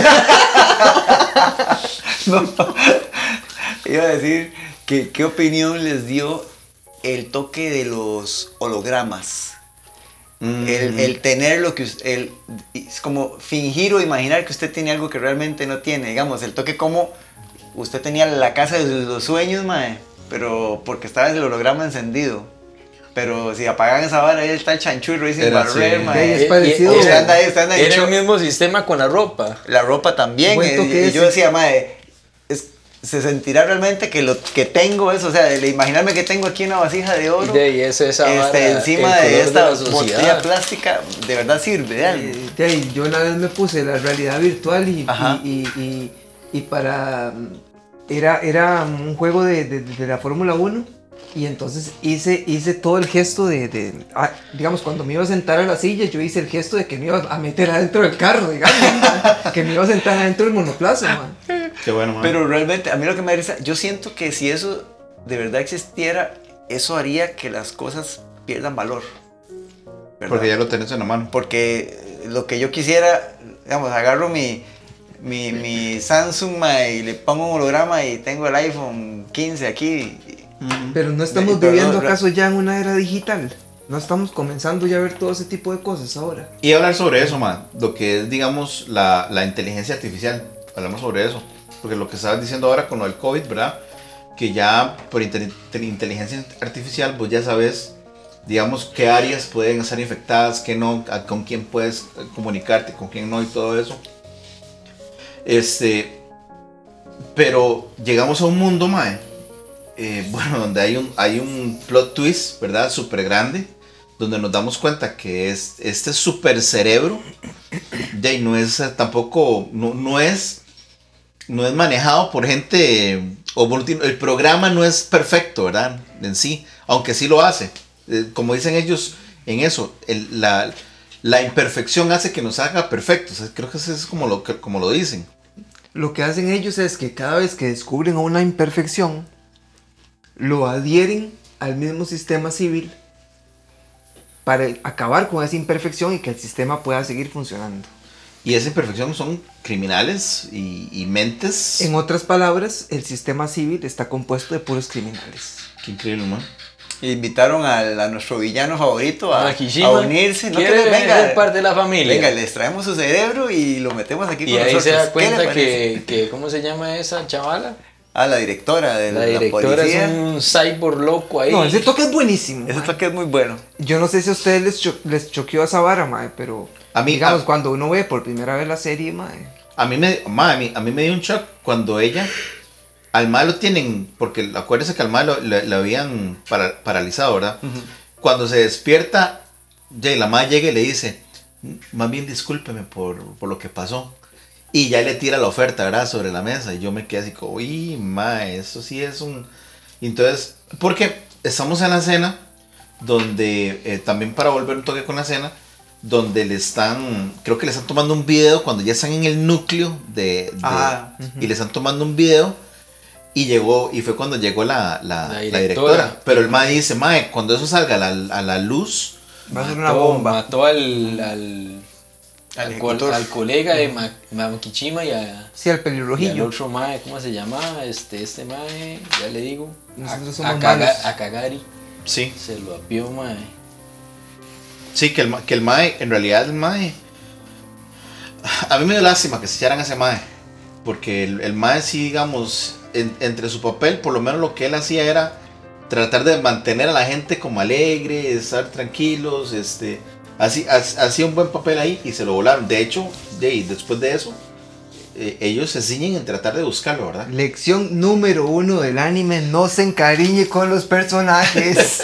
No. Iba a decir que qué opinión les dio el toque de los hologramas. El tener lo que usted, es como fingir o imaginar que usted tiene algo que realmente no tiene. Digamos, el toque como usted tenía la casa de los sueños, mae, pero porque estaba el holograma encendido. Pero si apagan esa vara, ahí está el chanchurro ahí sin barrer, así. mae. Es parecido. Usted anda ahí, Era el mismo sistema con la ropa. la ropa también. Buen toque Y yo ese. decía, mae, se sentirá realmente que lo que tengo es, o sea, de imaginarme que tengo aquí una vasija de oro Y eso es encima de esta botella plástica, de verdad sirve de algo. Yo una vez me puse la realidad virtual Ajá. y para... Era un juego de la Fórmula 1 y entonces hice todo el gesto digamos, cuando me iba a sentar a la silla, yo hice el gesto de que me iba a meter adentro del carro, digamos, que me iba a sentar adentro del monoplaza, man. Qué bueno, man. Pero realmente, a mí lo que me da risa, yo siento que si eso de verdad existiera, eso haría que las cosas pierdan valor. ¿verdad? Porque ya lo tenés en la mano. Porque lo que yo quisiera, digamos, agarro mi Samsung, mae, y le pongo un holograma y tengo el iPhone 15 aquí. Pero no estamos Pero viviendo no, acaso ya en una era digital. No estamos comenzando ya a ver todo ese tipo de cosas ahora. Y hablar sobre eso, man. Lo que es, digamos, la inteligencia artificial. Hablamos sobre eso. Porque lo que estabas diciendo ahora con lo del COVID, ¿verdad? Que ya por inteligencia artificial, vos ya sabes, digamos, qué áreas pueden estar infectadas, qué no, con quién puedes comunicarte, con quién no y todo eso. Pero llegamos a un mundo, mae, bueno, donde hay un plot twist, ¿verdad? Súper grande, donde nos damos cuenta que este super cerebro de ahí no es tampoco, no es manejado por gente, el programa no es perfecto, ¿verdad? En sí, aunque sí lo hace. Como dicen ellos en eso, la imperfección hace que nos haga perfectos. Creo que eso es como lo dicen. Lo que hacen ellos es que cada vez que descubren una imperfección, lo adhieren al mismo sistema civil para acabar con esa imperfección y que el sistema pueda seguir funcionando. Y esa imperfección son criminales y mentes. En otras palabras, el sistema civil está compuesto de puros criminales. Qué increíble, man. Invitaron a nuestro villano favorito a unirse. ¿No quiere ser parte de la familia? Venga, les traemos su cerebro y lo metemos aquí con nosotros. Y ahí se da cuenta que ¿cómo se llama esa chavala? La directora de la directora policía. Es un cyborg loco ahí. No, ese toque es buenísimo. Ese toque es muy bueno. Yo no sé si a ustedes les choqueó esa vara, mae, pero a mí, digamos, cuando uno ve por primera vez la serie, mae. A mí me dio un shock cuando ella, al mae lo tienen, porque acuérdense que al mae lo habían paralizado, ¿verdad? Uh-huh. Cuando se despierta, la mae llega y le dice, más bien discúlpeme por lo que pasó. Y ya le tira la oferta, ¿verdad? Sobre la mesa. Y yo me quedé así como, uy, mae, eso sí es un... Entonces, porque estamos en la cena, donde, también para volver un toque con la cena, donde creo que le están tomando un video cuando ya están en el núcleo y le están tomando un video. Y fue cuando llegó la directora. Pero el mae dice, mae, cuando eso salga a la luz... Va a ser una bomba. Mató al colega de Makichima y al pelirrojillo. Y al otro mae, ¿cómo se llama? Este mae, ya le digo. A Kagari. Sí. Se lo apió, mae. Sí, que el mae, en realidad el mae... A mí me dio lástima que se echaran a ese mae. Porque el mae sí, digamos, entre su papel, por lo menos lo que él hacía era tratar de mantener a la gente como alegre, estar tranquilos, hacía un buen papel ahí y se lo volaron. De hecho, después de eso, ellos se ciñen en tratar de buscarlo, ¿verdad? Lección número 1 del anime: no se encariñe con los personajes.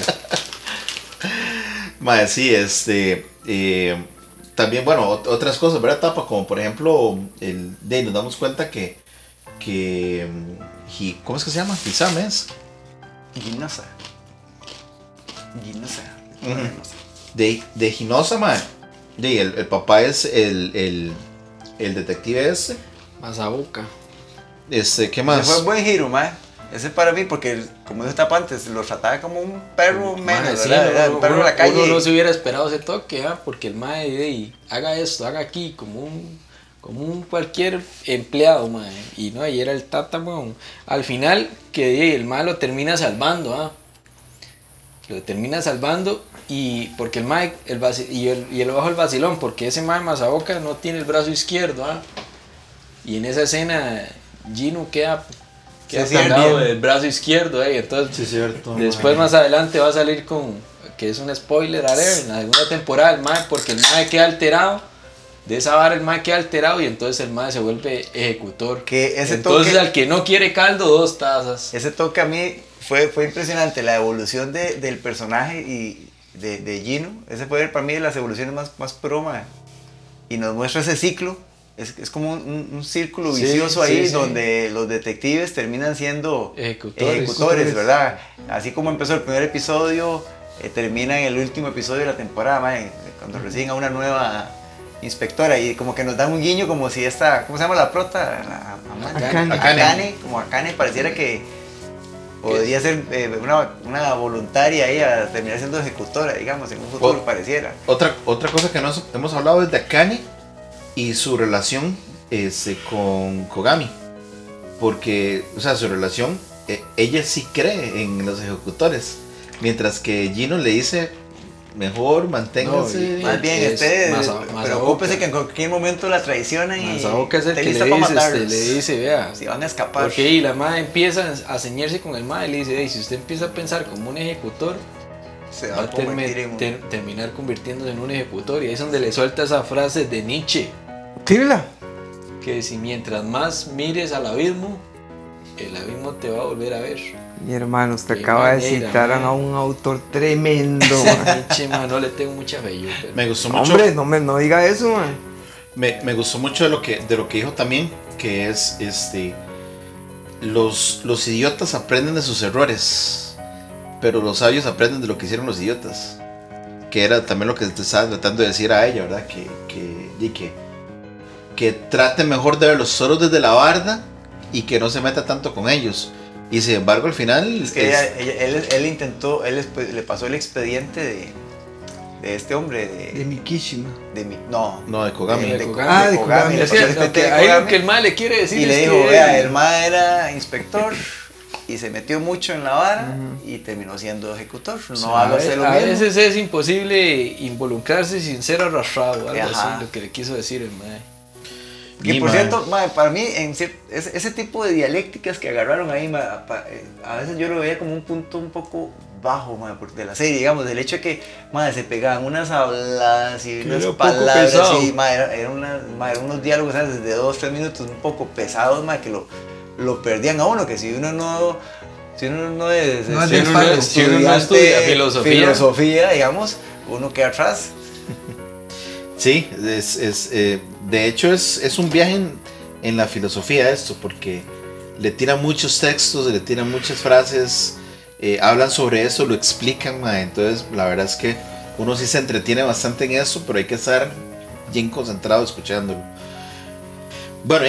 Madre, sí, también, bueno, otras cosas, ¿verdad, Tapa? Como por ejemplo, nos damos cuenta que ¿cómo es que se llama? Hisame es. Ginosa. De Hinosa, man. El papá es el detective ese. Masabuca. ¿Qué más? Ese fue un buen giro, man. Ese para mí, porque como dijo Tapa antes, lo trataba como un perro menos, sí, ¿verdad? Un perro de la calle. Uno no se hubiera esperado ese toque, porque el mae haga esto, haga aquí, como un cualquier empleado, mae. Y no, ahí era el tata, weón. Al final, que el mae lo termina salvando, Lo termina salvando y porque el mae, y el bajo el vacilón, porque ese mae Masaoka no tiene el brazo izquierdo, Y en esa escena, Gino queda pegado del brazo izquierdo, Entonces, sí, cierto, después más adelante va a salir que es un spoiler, en la segunda temporada, el mae, porque el mae queda alterado. De esa vara el mae queda alterado y entonces el mae se vuelve ejecutor. Entonces al que no quiere caldo, 2 tazas. Ese toque a mí fue impresionante, la evolución del personaje y de Gino. Ese fue para mí de las evoluciones más pro, mae. Y nos muestra ese ciclo. Es como un círculo vicioso ahí, donde los detectives terminan siendo ejecutores, ¿verdad? Así como empezó el primer episodio, termina en el último episodio de la temporada, mae, cuando reciben a una nueva inspectora y como que nos dan un guiño como si ¿cómo se llama la prota? Akane. Como Akane pareciera que podría ser una voluntaria ahí a terminar siendo ejecutora, digamos, en un futuro pareciera. Otra cosa que no hemos hablado es de Akane y su relación con Kogami. Porque, o sea, su relación, ella sí cree en los ejecutores. Mientras que Gino le dice, mejor manténgase. Más bien, preocúpese que en cualquier momento la traicionan y Masaoka es el que le dice, vea, si van a escapar. Porque la madre empieza a ceñirse con el madre y le dice, si usted empieza a pensar como un ejecutor, se va a terminar convirtiéndose en un ejecutor. Y ahí es donde le suelta esa frase de Nietzsche. Tírala. Que si mientras más mires al abismo, el abismo te va a volver a ver. Mi hermano, usted Qué acaba de manera, citar man. a un autor tremendo, man. Pinche, man, no le tengo mucha fe yo, pero... Me gustó mucho. Hombre, no diga eso, man. Me gustó mucho de lo que dijo también, que es los idiotas aprenden de sus errores, pero los sabios aprenden de lo que hicieron los idiotas. Que era también lo que te estaba tratando de decir a ella, ¿verdad? Que trate mejor de ver los toros desde la barda y que no se meta tanto con ellos. Y sin embargo al final... Es que él intentó, le pasó el expediente de este hombre, De Mikishima. No, de Kogami. de De Kogami. Kogami. Le Es pasó el que, expediente de ahí lo Kogami. que el mal le quiere decir Y es le dijo, que... vea, el ma era inspector y se metió mucho en la vara y terminó siendo ejecutor. No haga usted lo a mismo. veces es imposible involucrarse sin ser arrastrado, algo Ajá. así, lo que le quiso decir el mae. Que Y, por mae, cierto, mae, para mí, ese tipo de dialécticas que agarraron ahí, mae, a veces yo lo veía como un punto un poco bajo, mae, de la serie, digamos, del hecho de que mae, se pegaban unas habladas y Que unas era poco palabras, pesado. y mae, eran unos diálogos ¿sabes? De 2-3 minutos un poco pesados, mae, que lo perdían a uno, que si uno no es, No es Si uno del no- palo. si uno no estudia filosofía, digamos, uno queda atrás. Sí, de hecho es un viaje en la filosofía esto, porque le tiran muchos textos, le tiran muchas frases, hablan sobre eso, lo explican, mae. Entonces la verdad es que uno sí se entretiene bastante en eso, pero hay que estar bien concentrado escuchándolo. Bueno,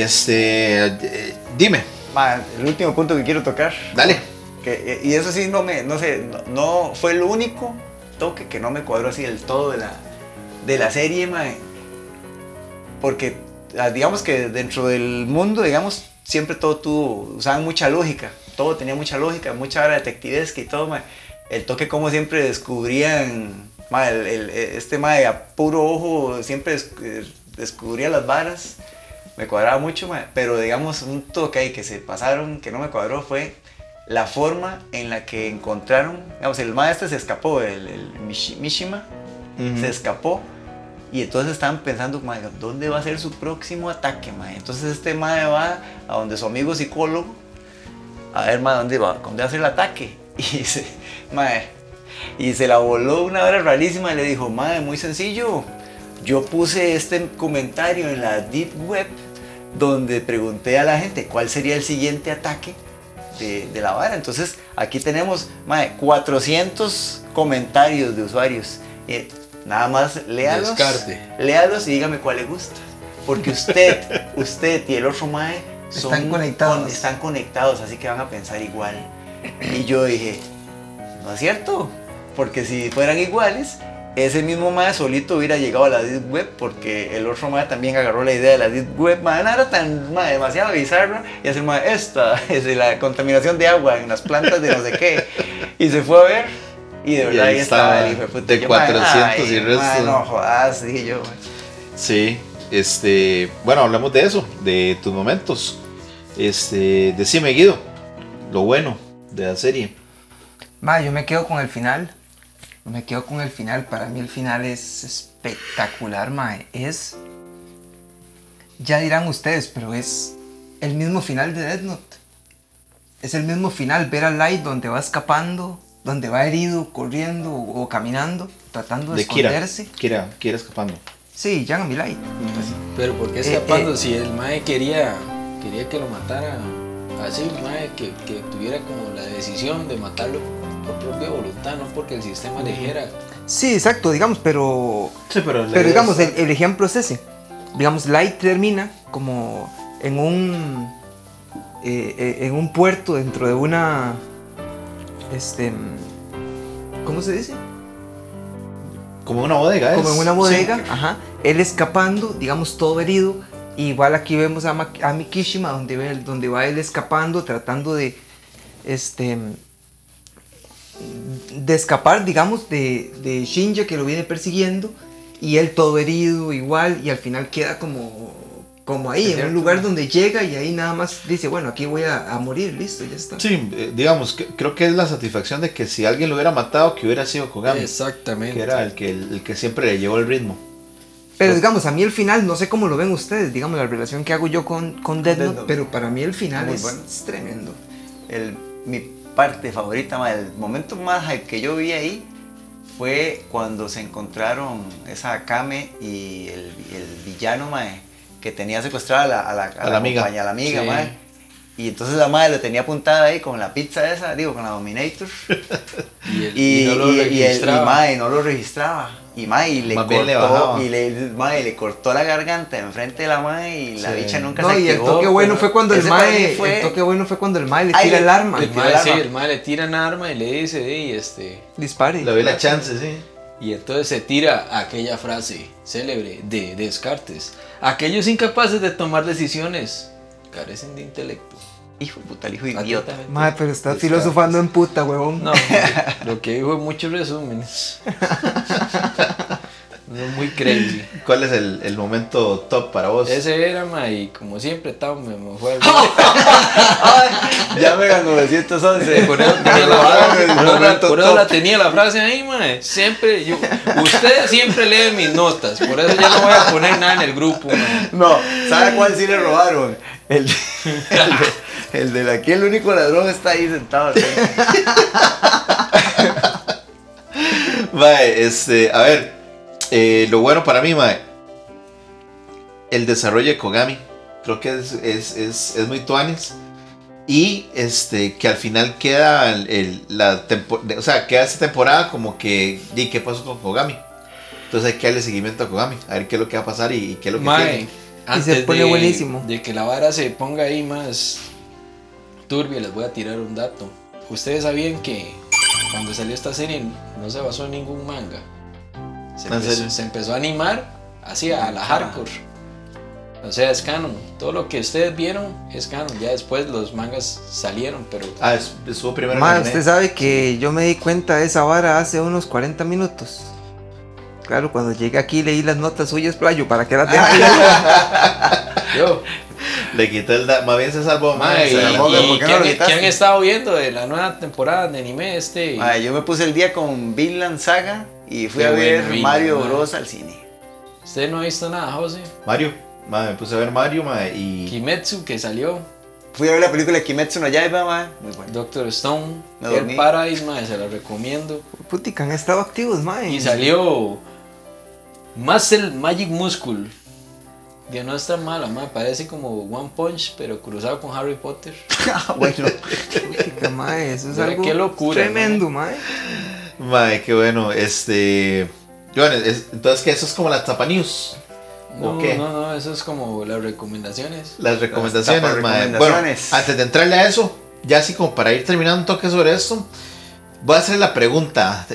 dime, Mae, el último punto que quiero tocar. dale. Y eso sí, no fue el único toque que no me cuadró así del todo de la serie, mae. Porque digamos que dentro del mundo, digamos, siempre usaban mucha lógica. Todo tenía mucha lógica, mucha hora detectivesca y todo, mae. El toque como siempre descubrían, mae, este mae a puro ojo siempre descubría las varas. Me cuadraba mucho, mae. Pero digamos, un toque ahí que se pasaron, que no me cuadró, fue la forma en la que encontraron, digamos, el maestro se escapó, el Mishima, se escapó, y entonces estaban pensando, mae, ¿dónde va a ser su próximo ataque, mae? Entonces este mae va a donde su amigo psicólogo, a ver, mae, ¿dónde va a hacer el ataque? Y se la voló una hora rarísima y le dijo, mae, muy sencillo, yo puse este comentario en la Deep Web, donde pregunté a la gente cuál sería el siguiente ataque de la vara. Entonces aquí tenemos 400 comentarios de usuarios. Nada más léalos, Descarte. léalos y dígame cuál le gusta. Porque usted y el otro mae Están conectados. están conectados, así que van a pensar igual. Y yo dije, no es cierto, porque si fueran iguales, ese mismo mae solito hubiera llegado a la Deep Web, porque el otro mae también agarró la idea de la Deep Web, mae, no era tan demasiado bizarra, y hace mae, esta es de la contaminación de agua en las plantas de no sé qué, y se fue a ver, y de verdad ahí estaba el hijo de puta. de Yo, mae, 400 y ay, resto. mae, no jodas, dije yo, mae. Sí, bueno, hablamos de eso, de tus momentos. Decime, Guido, lo bueno de la serie. Ma, yo me quedo con el final. Para mí el final es espectacular, mae. Ya dirán ustedes, pero es el mismo final de Death Note. Es el mismo final, ver a Light donde va escapando, donde va herido, corriendo o caminando, tratando de esconderse. Kira escapando. Sí, Yagami Light. Pero ¿por qué escapando si el mae quería que lo matara así, el mae que tuviera como la decisión de matarlo por propia voluntad, no porque el sistema le dijera? Sí, exacto, digamos, pero Sí, pero digamos, el ejemplo es ese. Digamos, Light termina como en un puerto dentro de una, ¿cómo se dice? como una bodega, Como en una bodega, Sí. ajá. Él escapando, digamos, todo herido. Igual aquí vemos a Mikishima, donde va él escapando, tratando de escapar, digamos, de Shinja, que lo viene persiguiendo, y él todo herido igual, y al final queda como ahí, en un lugar donde llega y ahí nada más dice, bueno, aquí voy a morir, listo, ya está. Sí, digamos, creo que es la satisfacción de que si alguien lo hubiera matado, que hubiera sido Kogami, Exactamente. que era el que siempre le llevó el ritmo. Pero digamos, a mí el final, no sé cómo lo ven ustedes, digamos, la relación que hago yo con Death Note, pero para mí el final Muy es, bueno. es tremendo. Mi parte favorita, ma, el momento más hype que yo vi ahí fue cuando se encontraron esa Akame y el villano, ma, que tenía secuestrada a la amiga. compañía, a la amiga, Sí. ma. Y entonces la madre lo tenía apuntada ahí con la pizza esa, digo, con la Dominator. Y no lo registraba. Y no lo registraba. Y mae, y le Más bien le cortó, bajaba. le cortó la garganta enfrente de la mae y la Sí. bicha nunca No, se y el activó. toque bueno pero fue cuando el ese para mí mae, fue- el toque bueno fue cuando el mae le Ay, tira el arma. El tiró mae, el sí, arma. el mae le tira un arma y le dice, Dispare. Le doy la chance, sí. Y entonces se tira aquella frase célebre de Descartes. Aquellos incapaces de tomar decisiones carecen de intelecto. Hijo de puta, el hijo de idiota. Atentamente, Mae, pero estás Descartes. filosofando en puta, huevón. No, lo que dijo en muchos resúmenes. No, muy crazy. ¿Cuál es el momento top para vos? Ese era, ma, y como siempre, me fue Ya me ganó 911. Por eso tenía la frase, por eso la tenía la frase ahí, mae. Siempre, usted siempre lee mis notas, por eso ya no voy a poner nada en el grupo, mae. No, ¿sabe cuál sí le robaron? El de aquí, el único ladrón está ahí sentado. Mae, a ver, lo bueno para mí, mae, el desarrollo de Kogami, creo que es muy tuanis. Y que al final queda o sea, queda esta temporada como que, ¿y qué pasó con Kogami? Entonces hay que darle seguimiento a Kogami, a ver qué es lo que va a pasar y qué es lo que Mae, tiene. antes se pone buenísimo. de que la vara se ponga ahí más turbia, les voy a tirar un dato. Ustedes sabían que cuando salió esta serie no se basó en ningún manga. ¿En serio? Se empezó a animar así a la hardcore. O sea, es canon. Todo lo que ustedes vieron es canon. Ya después los mangas salieron, pero Ah, estuvo primero en Mae, el usted anime. sabe que yo me di cuenta de esa vara hace unos 40 minutos. Claro, cuando llegué aquí leí las notas suyas, playo, ¿para qué las dejan? yo, Le quité más bien se salvó, mae, mae. y, Se salvó. ¿por y qué ¿qué, no lo han, quitaste? qué han estado viendo de la nueva temporada de anime Mae, yo me puse el día con Vinland Saga y fui Qué a ver bueno, Mario Vinland, Bros al cine. ¿Usted no ha visto nada, José? Mario, mae, me puse a ver Mario, mae, y Kimetsu, que salió, Fui a ver la película Kimetsu no Yaiba, mae. Muy bueno. Doctor Stone, Me Hell dormí. Paradise, mae, se la recomiendo. Putica, han estado activos, mae. Y salió Muscle Magic Muscle, que no está mala, mae, parece como One Punch, pero cruzado con Harry Potter. Bueno, Putica, mae, eso es Mira, algo qué locura, tremendo, mae. mae, qué bueno. Bueno, entonces que eso es como la Tapa News. No, ¿O qué? no, eso es como las recomendaciones. Las recomendaciones, tapas mae. recomendaciones. Bueno, antes de entrarle a eso, ya así como para ir terminando un toque sobre esto, voy a hacer la pregunta,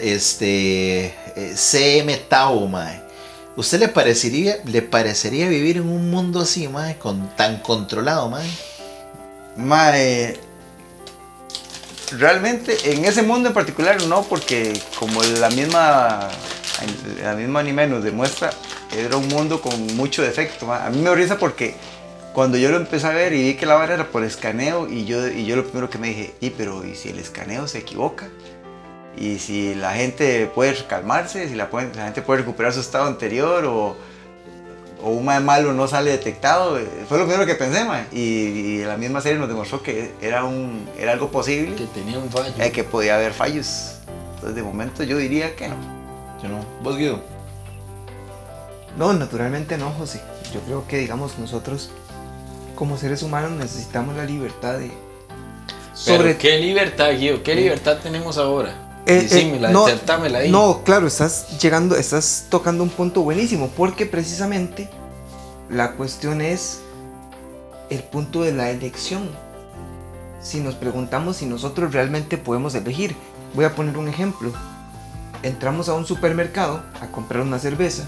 CM Tao, mae. ¿Usted le parecería vivir en un mundo así, mae, tan controlado, mae? mae. Realmente en ese mundo en particular no, porque como la misma anime nos demuestra, era un mundo con mucho defecto. Mae. A mí me dio risa porque cuando yo lo empecé a ver y vi que la vara era por escaneo y yo lo primero que me dije, pero ¿y si el escaneo se equivoca? Y si la gente puede calmarse, si la gente puede recuperar su estado anterior o un mae malo no sale detectado, fue lo primero que pensé, mae. Y la misma serie nos demostró que era algo posible, Que tenía un fallo. que podía haber fallos. Entonces de momento yo diría que no. Yo no. ¿Vos, Guido? No, naturalmente no, José. Yo creo que, digamos, nosotros como seres humanos necesitamos la libertad de... Pero qué libertad, Guido, qué libertad tenemos ahora. Decímela, no, insertámela ahí. No, claro, estás tocando un punto buenísimo, porque precisamente la cuestión es el punto de la elección. Si nos preguntamos si nosotros realmente podemos elegir, voy a poner un ejemplo. Entramos a un supermercado a comprar una cerveza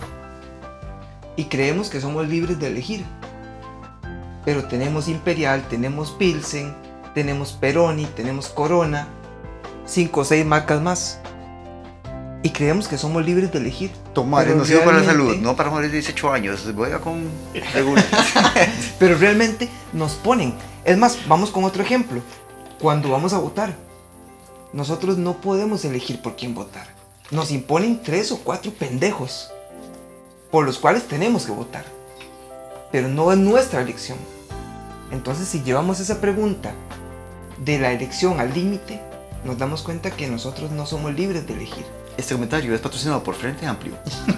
y creemos que somos libres de elegir, pero tenemos Imperial, tenemos Pilsen, tenemos Peroni, tenemos Corona, 5 o 6 marcas más, y creemos que somos libres de elegir. Tomar Pero es nocivo para la realmente- salud, no para mayores de 18 años. Voy a con regular. Pero realmente nos ponen. Es más, vamos con otro ejemplo. Cuando vamos a votar, nosotros no podemos elegir por quién votar. Nos imponen 3 o 4 pendejos. por los cuales tenemos que votar, pero no es nuestra elección. Entonces, si llevamos esa pregunta de la elección al límite, nos damos cuenta que nosotros no somos libres de elegir. Este comentario es patrocinado por Frente Amplio.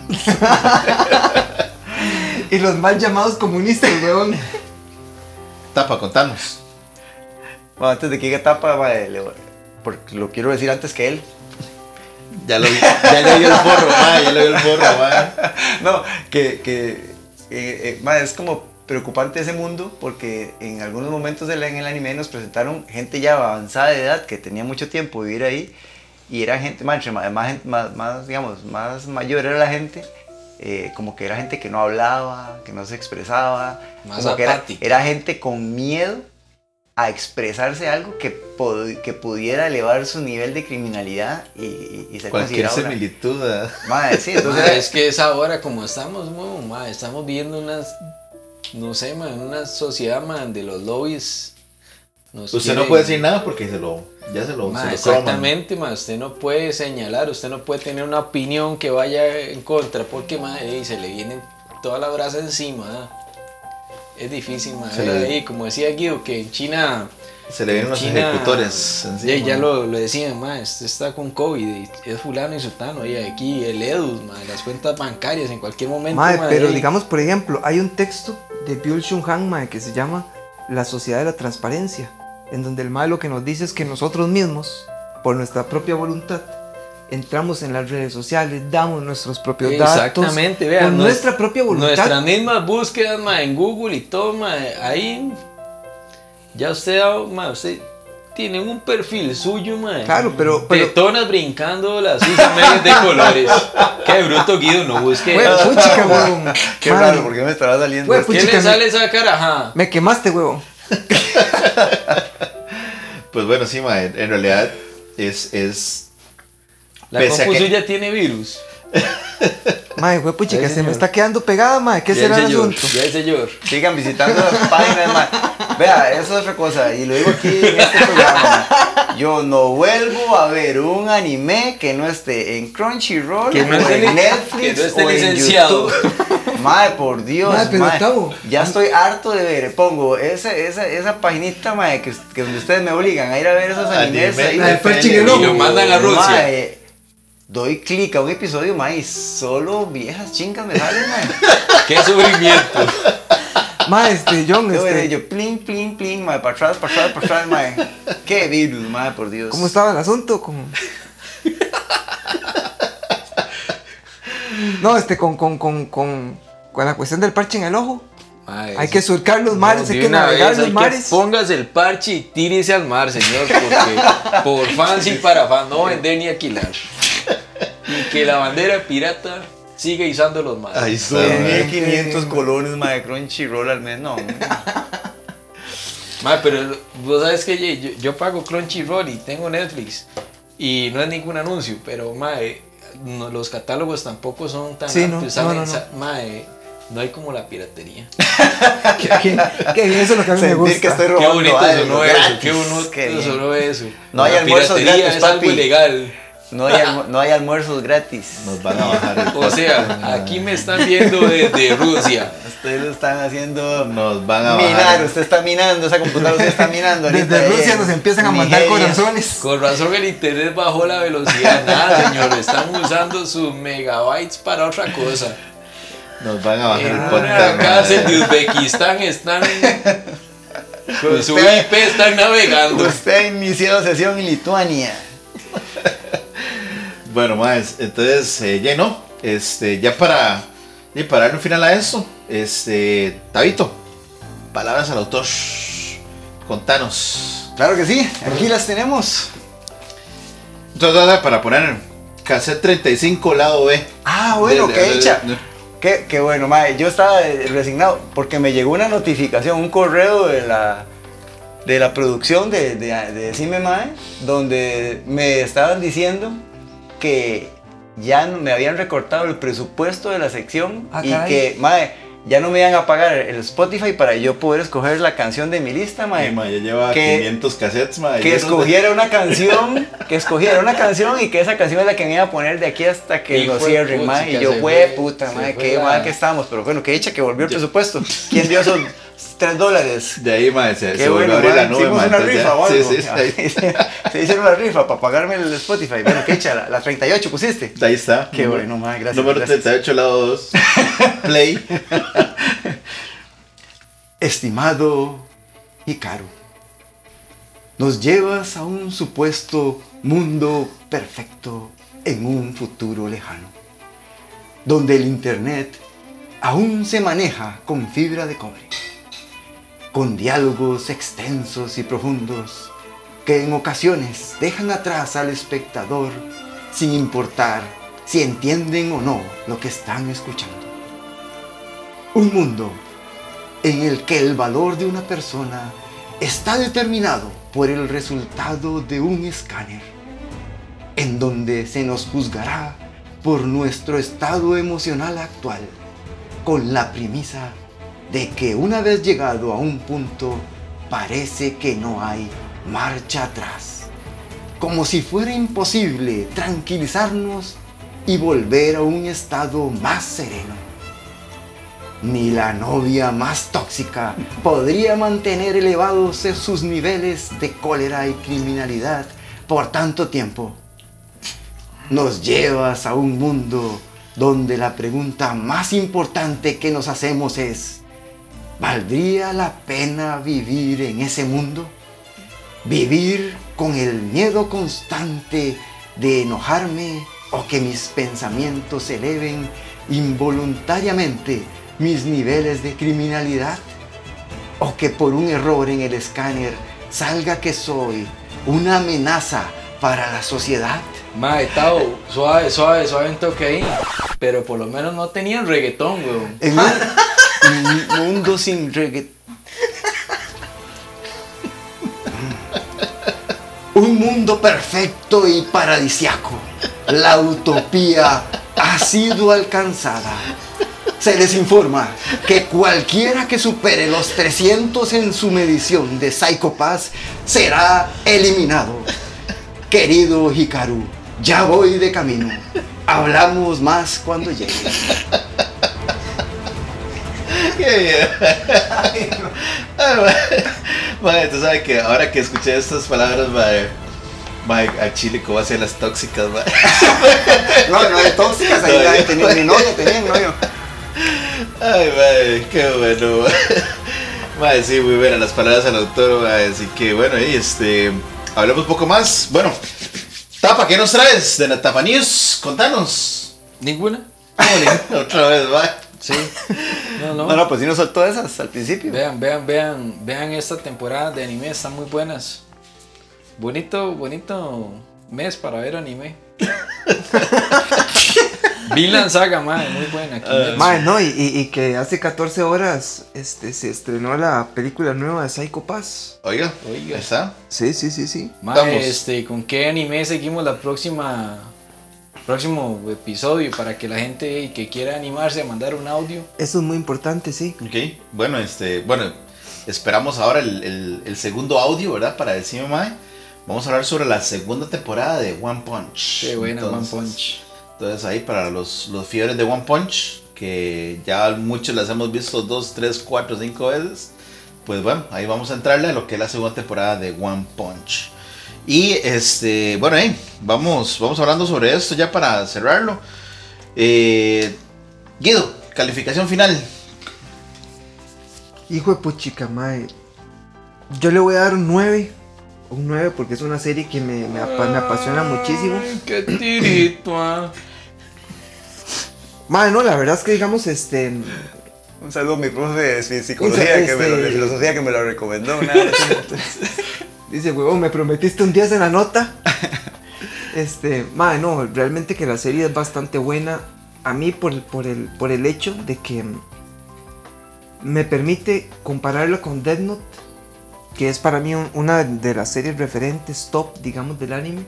Y los mal llamados comunistas, weón. Tapa, contanos. Bueno, antes de que llegue Tapa, porque lo quiero decir antes que él. Ya le dio el forro, ma, ya le dio el forro, ma. No, es como preocupante ese mundo, porque en algunos momentos en el anime nos presentaron gente ya avanzada de edad que tenía mucho tiempo vivir ahí, y era gente, más mayor era la gente, como que era gente que no hablaba, que no se expresaba, Más como que apática. era gente con miedo a expresarse algo que pudiera elevar su nivel de criminalidad y ser Cualquier considerado similitud. sí, entonces Ma, es que es ahora como estamos, estamos viendo no sé, una sociedad, de los lobbies. Usted no puede decir nada porque ya se lo exactamente, usted no puede señalar, usted no puede tener una opinión que vaya en contra, porque se le viene toda la brasa encima. Es difícil, ahí, como decía Guido, que en China se le vienen los ejecutores encima. Ya lo decían, este está con COVID, y es fulano y sutano, y aquí el EDUS, las cuentas bancarias en cualquier momento. Pero digamos, por ejemplo, hay un texto de Byul-Chul Han, que se llama La Sociedad de la Transparencia, en donde el lo que nos dice es que nosotros mismos, por nuestra propia voluntad, entramos en las redes sociales, damos nuestros propios datos. Exactamente, vean. Con nuestra propia voluntad. Nuestras mismas búsquedas, en Google y todo, ahí ya usted tiene un perfil suyo, Claro, pero tetonas brincando las usas medias de colores. Qué bruto, Guido, no busque. Puchica, huevón. Qué raro, porque me estaba saliendo. ¿Qué le sale esa cara? Ajá. Me quemaste, huevón. Pues bueno, sí, en realidad es La compu suya tiene virus. Puchica, se me está quedando pegada, ¿qué será el asunto? Ya, señor. Sigan visitando las páginas, Vea, eso es otra cosa, y lo digo aquí en este programa, yo no vuelvo a ver un anime que no esté en Crunchyroll, que no o esté en Netflix, que no esté o en licenciado. YouTube. Por Dios, pero ya estoy harto de ver, pongo esa paginita, que donde ustedes me obligan a ir a ver esos animes ahí, y lo mandan a Rusia. Doy clic a un episodio, y solo viejas chingas me salen, Qué sufrimiento. John, yo plin, para atrás, Qué virus, por Dios. ¿Cómo estaba el asunto? No, con la cuestión del parche en el ojo. Hay que surcar los mares, hay que navegar los mares. Póngase el parche y tírese al mar, señor, porque por fans y para fans no vender ni alquilar. Y que la bandera pirata siga izando los mares. Ahí está, 1500 colones, de Crunchyroll al mes, no. Pero vos sabes que yo pago Crunchyroll y tengo Netflix y no es ningún anuncio, pero los catálogos tampoco son tan amplios. No hay como la piratería. Qué bien, eso es lo que a mí me gusta. Que estoy robando. Qué bonito sonó eso, qué bonito sonó eso. No hay almuerzos gratis, es algo ilegal. No hay almuerzos gratis. Nos van a bajar el O sea, aquí me están viendo desde Rusia. Ustedes lo están haciendo. Nos van a minar. bajar. Usted está minando, esa computadora usted está minando. Desde Rusia nos empiezan a mandar corazones. Con razón el internet bajó la velocidad. Nada, señor. Están usando sus megabytes para otra cosa. Nos van a bajar el En podcast. una cárcel de Uzbekistán están. Con su IP están navegando. Usted inició sesión en Lituania. Bueno, entonces, ya para darle un final a esto, Tabito, palabras al autor, contanos. Claro que sí, aquí las tenemos. Entonces, para poner cassette 35 lado B. Bueno, qué hecha. Qué bueno, yo estaba resignado porque me llegó una notificación, un correo de la producción de Decime Mae, donde me estaban diciendo que ya me habían recortado el presupuesto de la sección y caray. que ya no me iban a pagar el Spotify para yo poder escoger la canción de mi lista, mae. Ay, mae, ya lleva que- 500 cassettes, mae. Que escogiera una canción, y que esa canción es la que me iba a poner de aquí hasta que Y lo fue cierren, puchica, mae. Y yo, se fue fue- puta, se mae, fue qué la- mal que estamos. Pero bueno, que dicha que volvió el presupuesto. ¿Quién dio esos $3? De ahí, mae, se Qué volvió bueno, a abrir la mae. nube, Hicimos mae. una Entonces rifa ya- o algo. Sí, ahí, Se hicieron una rifa para pagarme el Spotify. Bueno, qué dicha, la 38 pusiste. ahí está. Qué bueno, mae, gracias. Número gracias. 38, lado 2. Play. Estimado Hikaru, nos llevas a un supuesto mundo perfecto en un futuro lejano, donde el internet aún se maneja con fibra de cobre, con diálogos extensos y profundos que en ocasiones dejan atrás al espectador sin importar si entienden o no lo que están escuchando. Un mundo en el que el valor de una persona está determinado por el resultado de un escáner, en donde se nos juzgará por nuestro estado emocional actual, con la premisa de que una vez llegado a un punto, parece que no hay marcha atrás, como si fuera imposible tranquilizarnos y volver a un estado más sereno. Ni la novia más tóxica podría mantener elevados sus niveles de cólera y criminalidad por tanto tiempo. Nos llevas a un mundo donde la pregunta más importante que nos hacemos es: ¿valdría la pena vivir en ese mundo? ¿Vivir con el miedo constante de enojarme o que mis pensamientos eleven involuntariamente mis niveles de criminalidad? ¿O que por un error en el escáner salga que soy una amenaza para la sociedad? Mae, Tao, suave un toque ahí. Pero por lo menos no tenían reggaetón, weón. En un mundo sin reggaetón. Un mundo perfecto y paradisiaco. La utopía ha sido alcanzada. Se les informa que cualquiera que supere los 300 en su medición de Psycho Pass será eliminado. Querido Hikaru, ya voy de camino. Hablamos más cuando llegue. Mae, tú sabes que ahora que escuché estas palabras, mae, a Chile, ¿cómo hacen las tóxicas, mae? No hay tóxicas, ahí nadie tenía ni novio, tenía novio. Ay, mae, qué bueno. Mae, sí, muy buenas las palabras al autor, mae, así que bueno, y hablemos un poco más. Bueno, Tapa, ¿qué nos traes de la Tapa News? Contanos. ¿Ninguna? Otra vez, mae. Sí. No. No, pues sí nos soltó esas al principio. Vean esta temporada de anime, están muy buenas. Bonito mes para ver anime. Vinland Saga, madre, muy buena. Mae, no, y que hace 14 horas se estrenó la película nueva de Psycho Pass. Oiga, Oiga. ¿ahí está? Sí. Mae, ¿con qué anime seguimos próximo episodio para que la gente que quiera animarse a mandar un audio? Eso es muy importante, sí. Ok, bueno, esperamos ahora el segundo audio, ¿verdad? Para decirme, mae. Vamos a hablar sobre la segunda temporada de One Punch. Qué buena Entonces, One Punch. Entonces ahí para los fiebres de One Punch, que ya muchos las hemos visto 2, 3, 4, 5 veces, pues bueno, ahí vamos a entrarle a lo que es la segunda temporada de One Punch. Y bueno, vamos hablando sobre esto ya para cerrarlo. Guido, calificación final. Hijo de puchica, mae. Yo le voy a dar un 9. Un 9 porque es una serie que me apasiona muchísimo. Ay, qué tirito, Mae, no, la verdad es que digamos, Un saludo a mi profe de psicología, de filosofía que me lo recomendó. Dice, huevón, me prometiste un 10 en la nota. Mae, no, realmente que la serie es bastante buena. A mí por el hecho de que me permite compararlo con Death Note, que es para mí una de las series referentes top, digamos, del anime.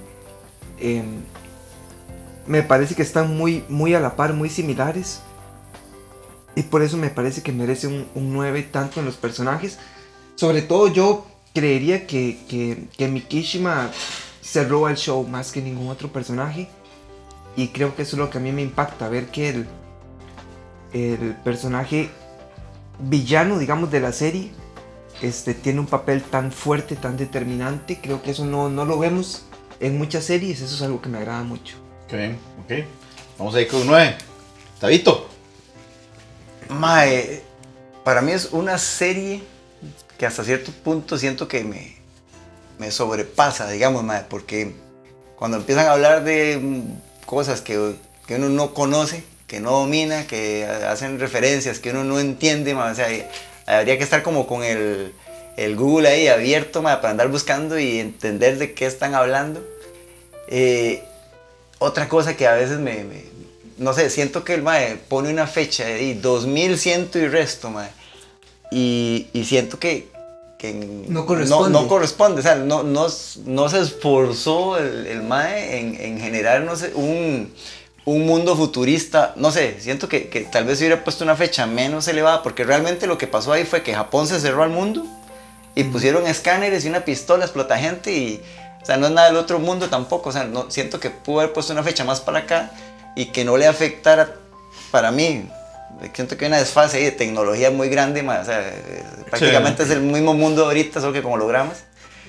Me parece que están muy a la par, muy similares. Y por eso me parece que merece un 9 tanto en los personajes. Sobre todo yo creería que Mikishima se roba el show más que ningún otro personaje. Y creo que eso es lo que a mí me impacta, ver que el personaje villano, digamos, de la serie tiene un papel tan fuerte, tan determinante. Creo que eso no lo vemos en muchas series. Eso es algo que me agrada mucho. Ok. Vamos a ir con un 9. Tabito. Mae, para mí es una serie que hasta cierto punto siento que me sobrepasa, digamos, mae, porque cuando empiezan a hablar de cosas que uno no conoce, que no domina, que hacen referencias que uno no entiende, mae, o sea, habría que estar como con el Google ahí abierto, mae, para andar buscando y entender de qué están hablando. Otra cosa que a veces no sé, siento que el mae pone una fecha de 2100 y resto, mae, y siento que no corresponde. No corresponde, o sea, no se esforzó el mae en generar, no sé, un mundo futurista, no sé, siento que tal vez hubiera puesto una fecha menos elevada, porque realmente lo que pasó ahí fue que Japón se cerró al mundo y pusieron escáneres y una pistola explota gente y, o sea, no es nada del otro mundo tampoco, o sea, no, siento que pudo haber puesto una fecha más para acá y que no le afectara, para mí, siento que hay una desfase ahí de tecnología muy grande, o sea, prácticamente sí. Es el mismo mundo ahorita, solo que con hologramas.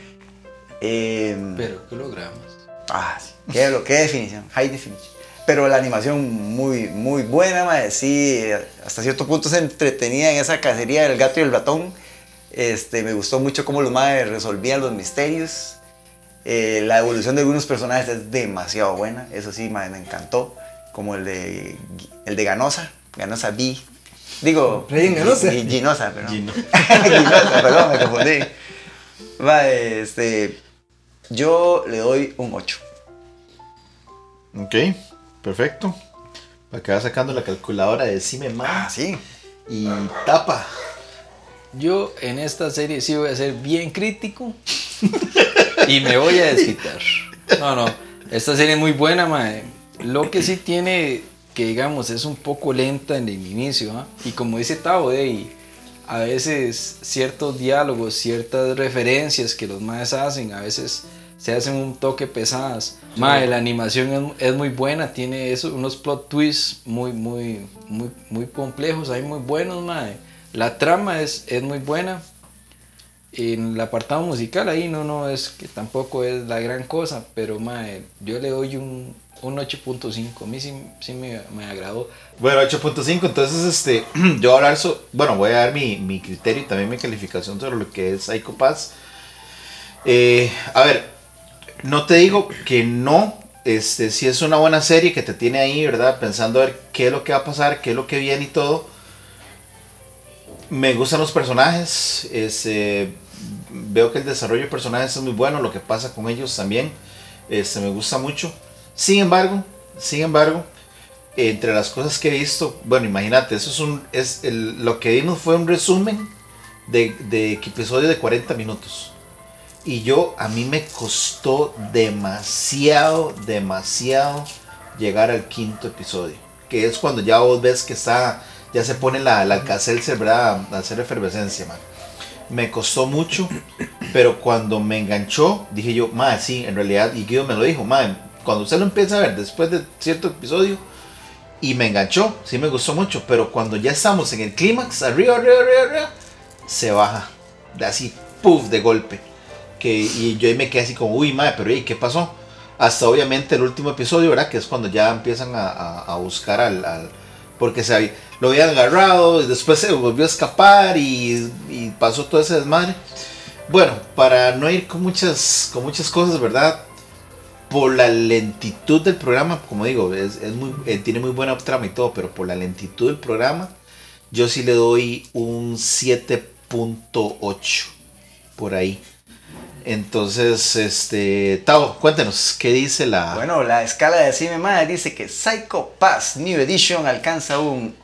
Pero ¿qué logramos? Sí, qué definición, high definition. Pero la animación muy, muy buena, mae, sí, hasta cierto punto se entretenía en esa cacería del gato y el ratón. Me gustó mucho cómo los maes resolvían los misterios. La evolución de algunos personajes es demasiado buena, eso sí, mae, me encantó. Como el de Ganosa B. Digo, Ryan Ganosa. Ginosa, perdón. Ginosa, perdón, me confundí. Mae, yo le doy un 8. Ok, perfecto. Para que va sacando la calculadora de Decime Más. Sí. Y tapa. Yo en esta serie sí voy a ser bien crítico y me voy a desquitar. No, esta serie es muy buena, mae. Lo que sí tiene, que digamos, es un poco lenta en el inicio, ¿eh? Y como dice Tavo, a veces ciertos diálogos, ciertas referencias que los maes hacen, a veces se hacen un toque pesadas. Mae, la animación es muy buena, tiene unos plot twists muy complejos, hay muy buenos, mae. La trama es muy buena. En el apartado musical ahí no es que tampoco es la gran cosa, pero mae, yo le doy un 8.5. A mí sí me agradó. Bueno, 8.5, entonces yo voy a hablar voy a dar mi criterio y también mi calificación sobre lo que es Psycho Pass. A ver, no te digo que no, si es una buena serie que te tiene ahí, ¿verdad? Pensando a ver qué es lo que va a pasar, qué es lo que viene y todo. Me gustan los personajes, veo que el desarrollo de personajes es muy bueno, lo que pasa con ellos también, me gusta mucho. Sin embargo, entre las cosas que he visto, bueno, imagínate, lo que vimos fue un resumen de episodio de 40 minutos. Y a mí me costó demasiado llegar al quinto episodio, que es cuando ya vos ves que ya se pone la Alka-Seltzer, ¿verdad? A hacer efervescencia, man. Me costó mucho, pero cuando me enganchó, dije yo, madre, sí, en realidad, y Guido me lo dijo, madre, cuando usted lo empieza a ver después de cierto episodio, y me enganchó, sí me gustó mucho, pero cuando ya estamos en el clímax, arriba, se baja, así, puff, de golpe. Y yo ahí me quedé así como, uy, madre, pero ¿y qué pasó? Hasta obviamente el último episodio, ¿verdad? Que es cuando ya empiezan a buscar porque lo habían agarrado, y después se volvió a escapar y pasó todo ese desmadre. Bueno, para no ir con muchas cosas, ¿verdad? Por la lentitud del programa, como digo, tiene muy buena trama y todo, pero por la lentitud del programa, yo sí le doy un 7.8 por ahí. Entonces, Tavo, cuéntenos, ¿qué dice la...? Bueno, la escala de Decime Más dice que Psycho Pass New Edition alcanza un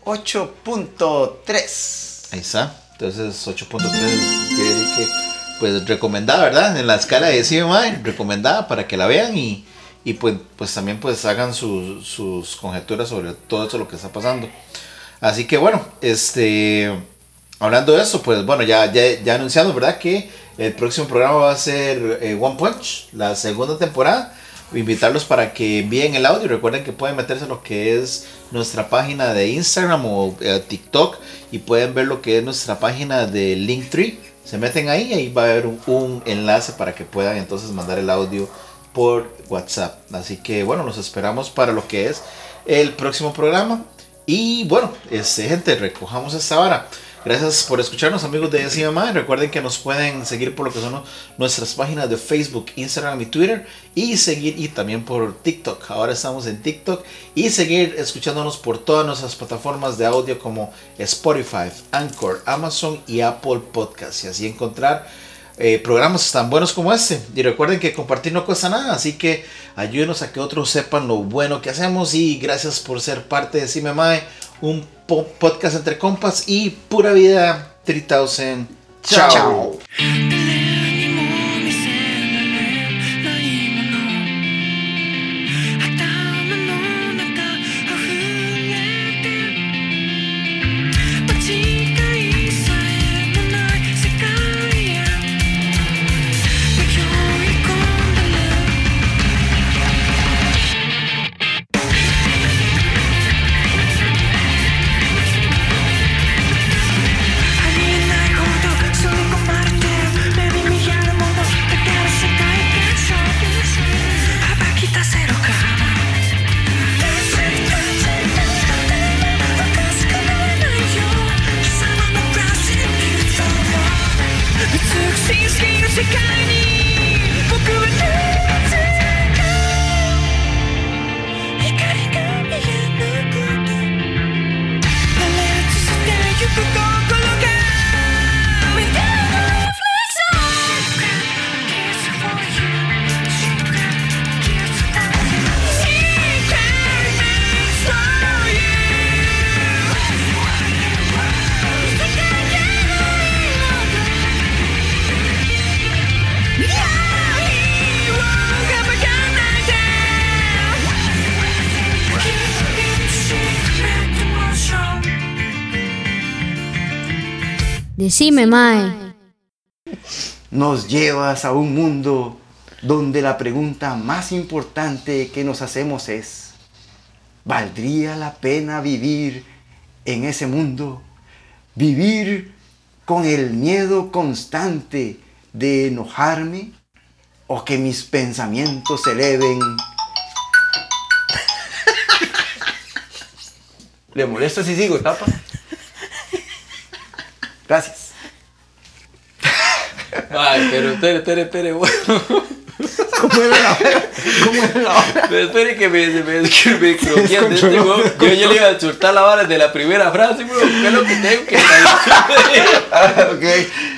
8.3. Ahí está, entonces 8.3 quiere decir que, pues, recomendada, ¿verdad? En la escala de Decime Más, recomendada para que la vean y pues también pues hagan sus conjeturas sobre todo eso lo que está pasando. Así que bueno, hablando de eso, pues bueno, ya anunciamos, ¿verdad? Que el próximo programa va a ser One Punch, la segunda temporada. Invitarlos para que envíen el audio. Recuerden que pueden meterse en lo que es nuestra página de Instagram o TikTok y pueden ver lo que es nuestra página de Linktree. Se meten ahí y ahí va a haber un enlace para que puedan entonces mandar el audio por WhatsApp. Así que bueno, los esperamos para lo que es el próximo programa. Y bueno, gente, recojamos esta vara. Gracias por escucharnos, amigos de Decime Mae. Recuerden que nos pueden seguir por lo que son nuestras páginas de Facebook, Instagram y Twitter. Y también por TikTok. Ahora estamos en TikTok. Y seguir escuchándonos por todas nuestras plataformas de audio como Spotify, Anchor, Amazon y Apple Podcasts. Y así encontrar programas tan buenos como este. Y recuerden que compartir no cuesta nada. Así que ayúdenos a que otros sepan lo bueno que hacemos. Y gracias por ser parte de Decime Mae, un podcast entre compas y pura vida 3000. Chao. Decime, Mae. Nos llevas a un mundo donde la pregunta más importante que nos hacemos es: ¿valdría la pena vivir en ese mundo? ¿Vivir con el miedo constante de enojarme o que mis pensamientos se eleven? ¿Le molesta si sigo, tapa? Gracias. Ay, pero espere, bueno. ¿Cómo era la hora? Pero espere que me croquean de este huevo. Yo le iba a soltar la vara de la primera frase, bro. ¿Qué es lo que tengo que hacer? Ok.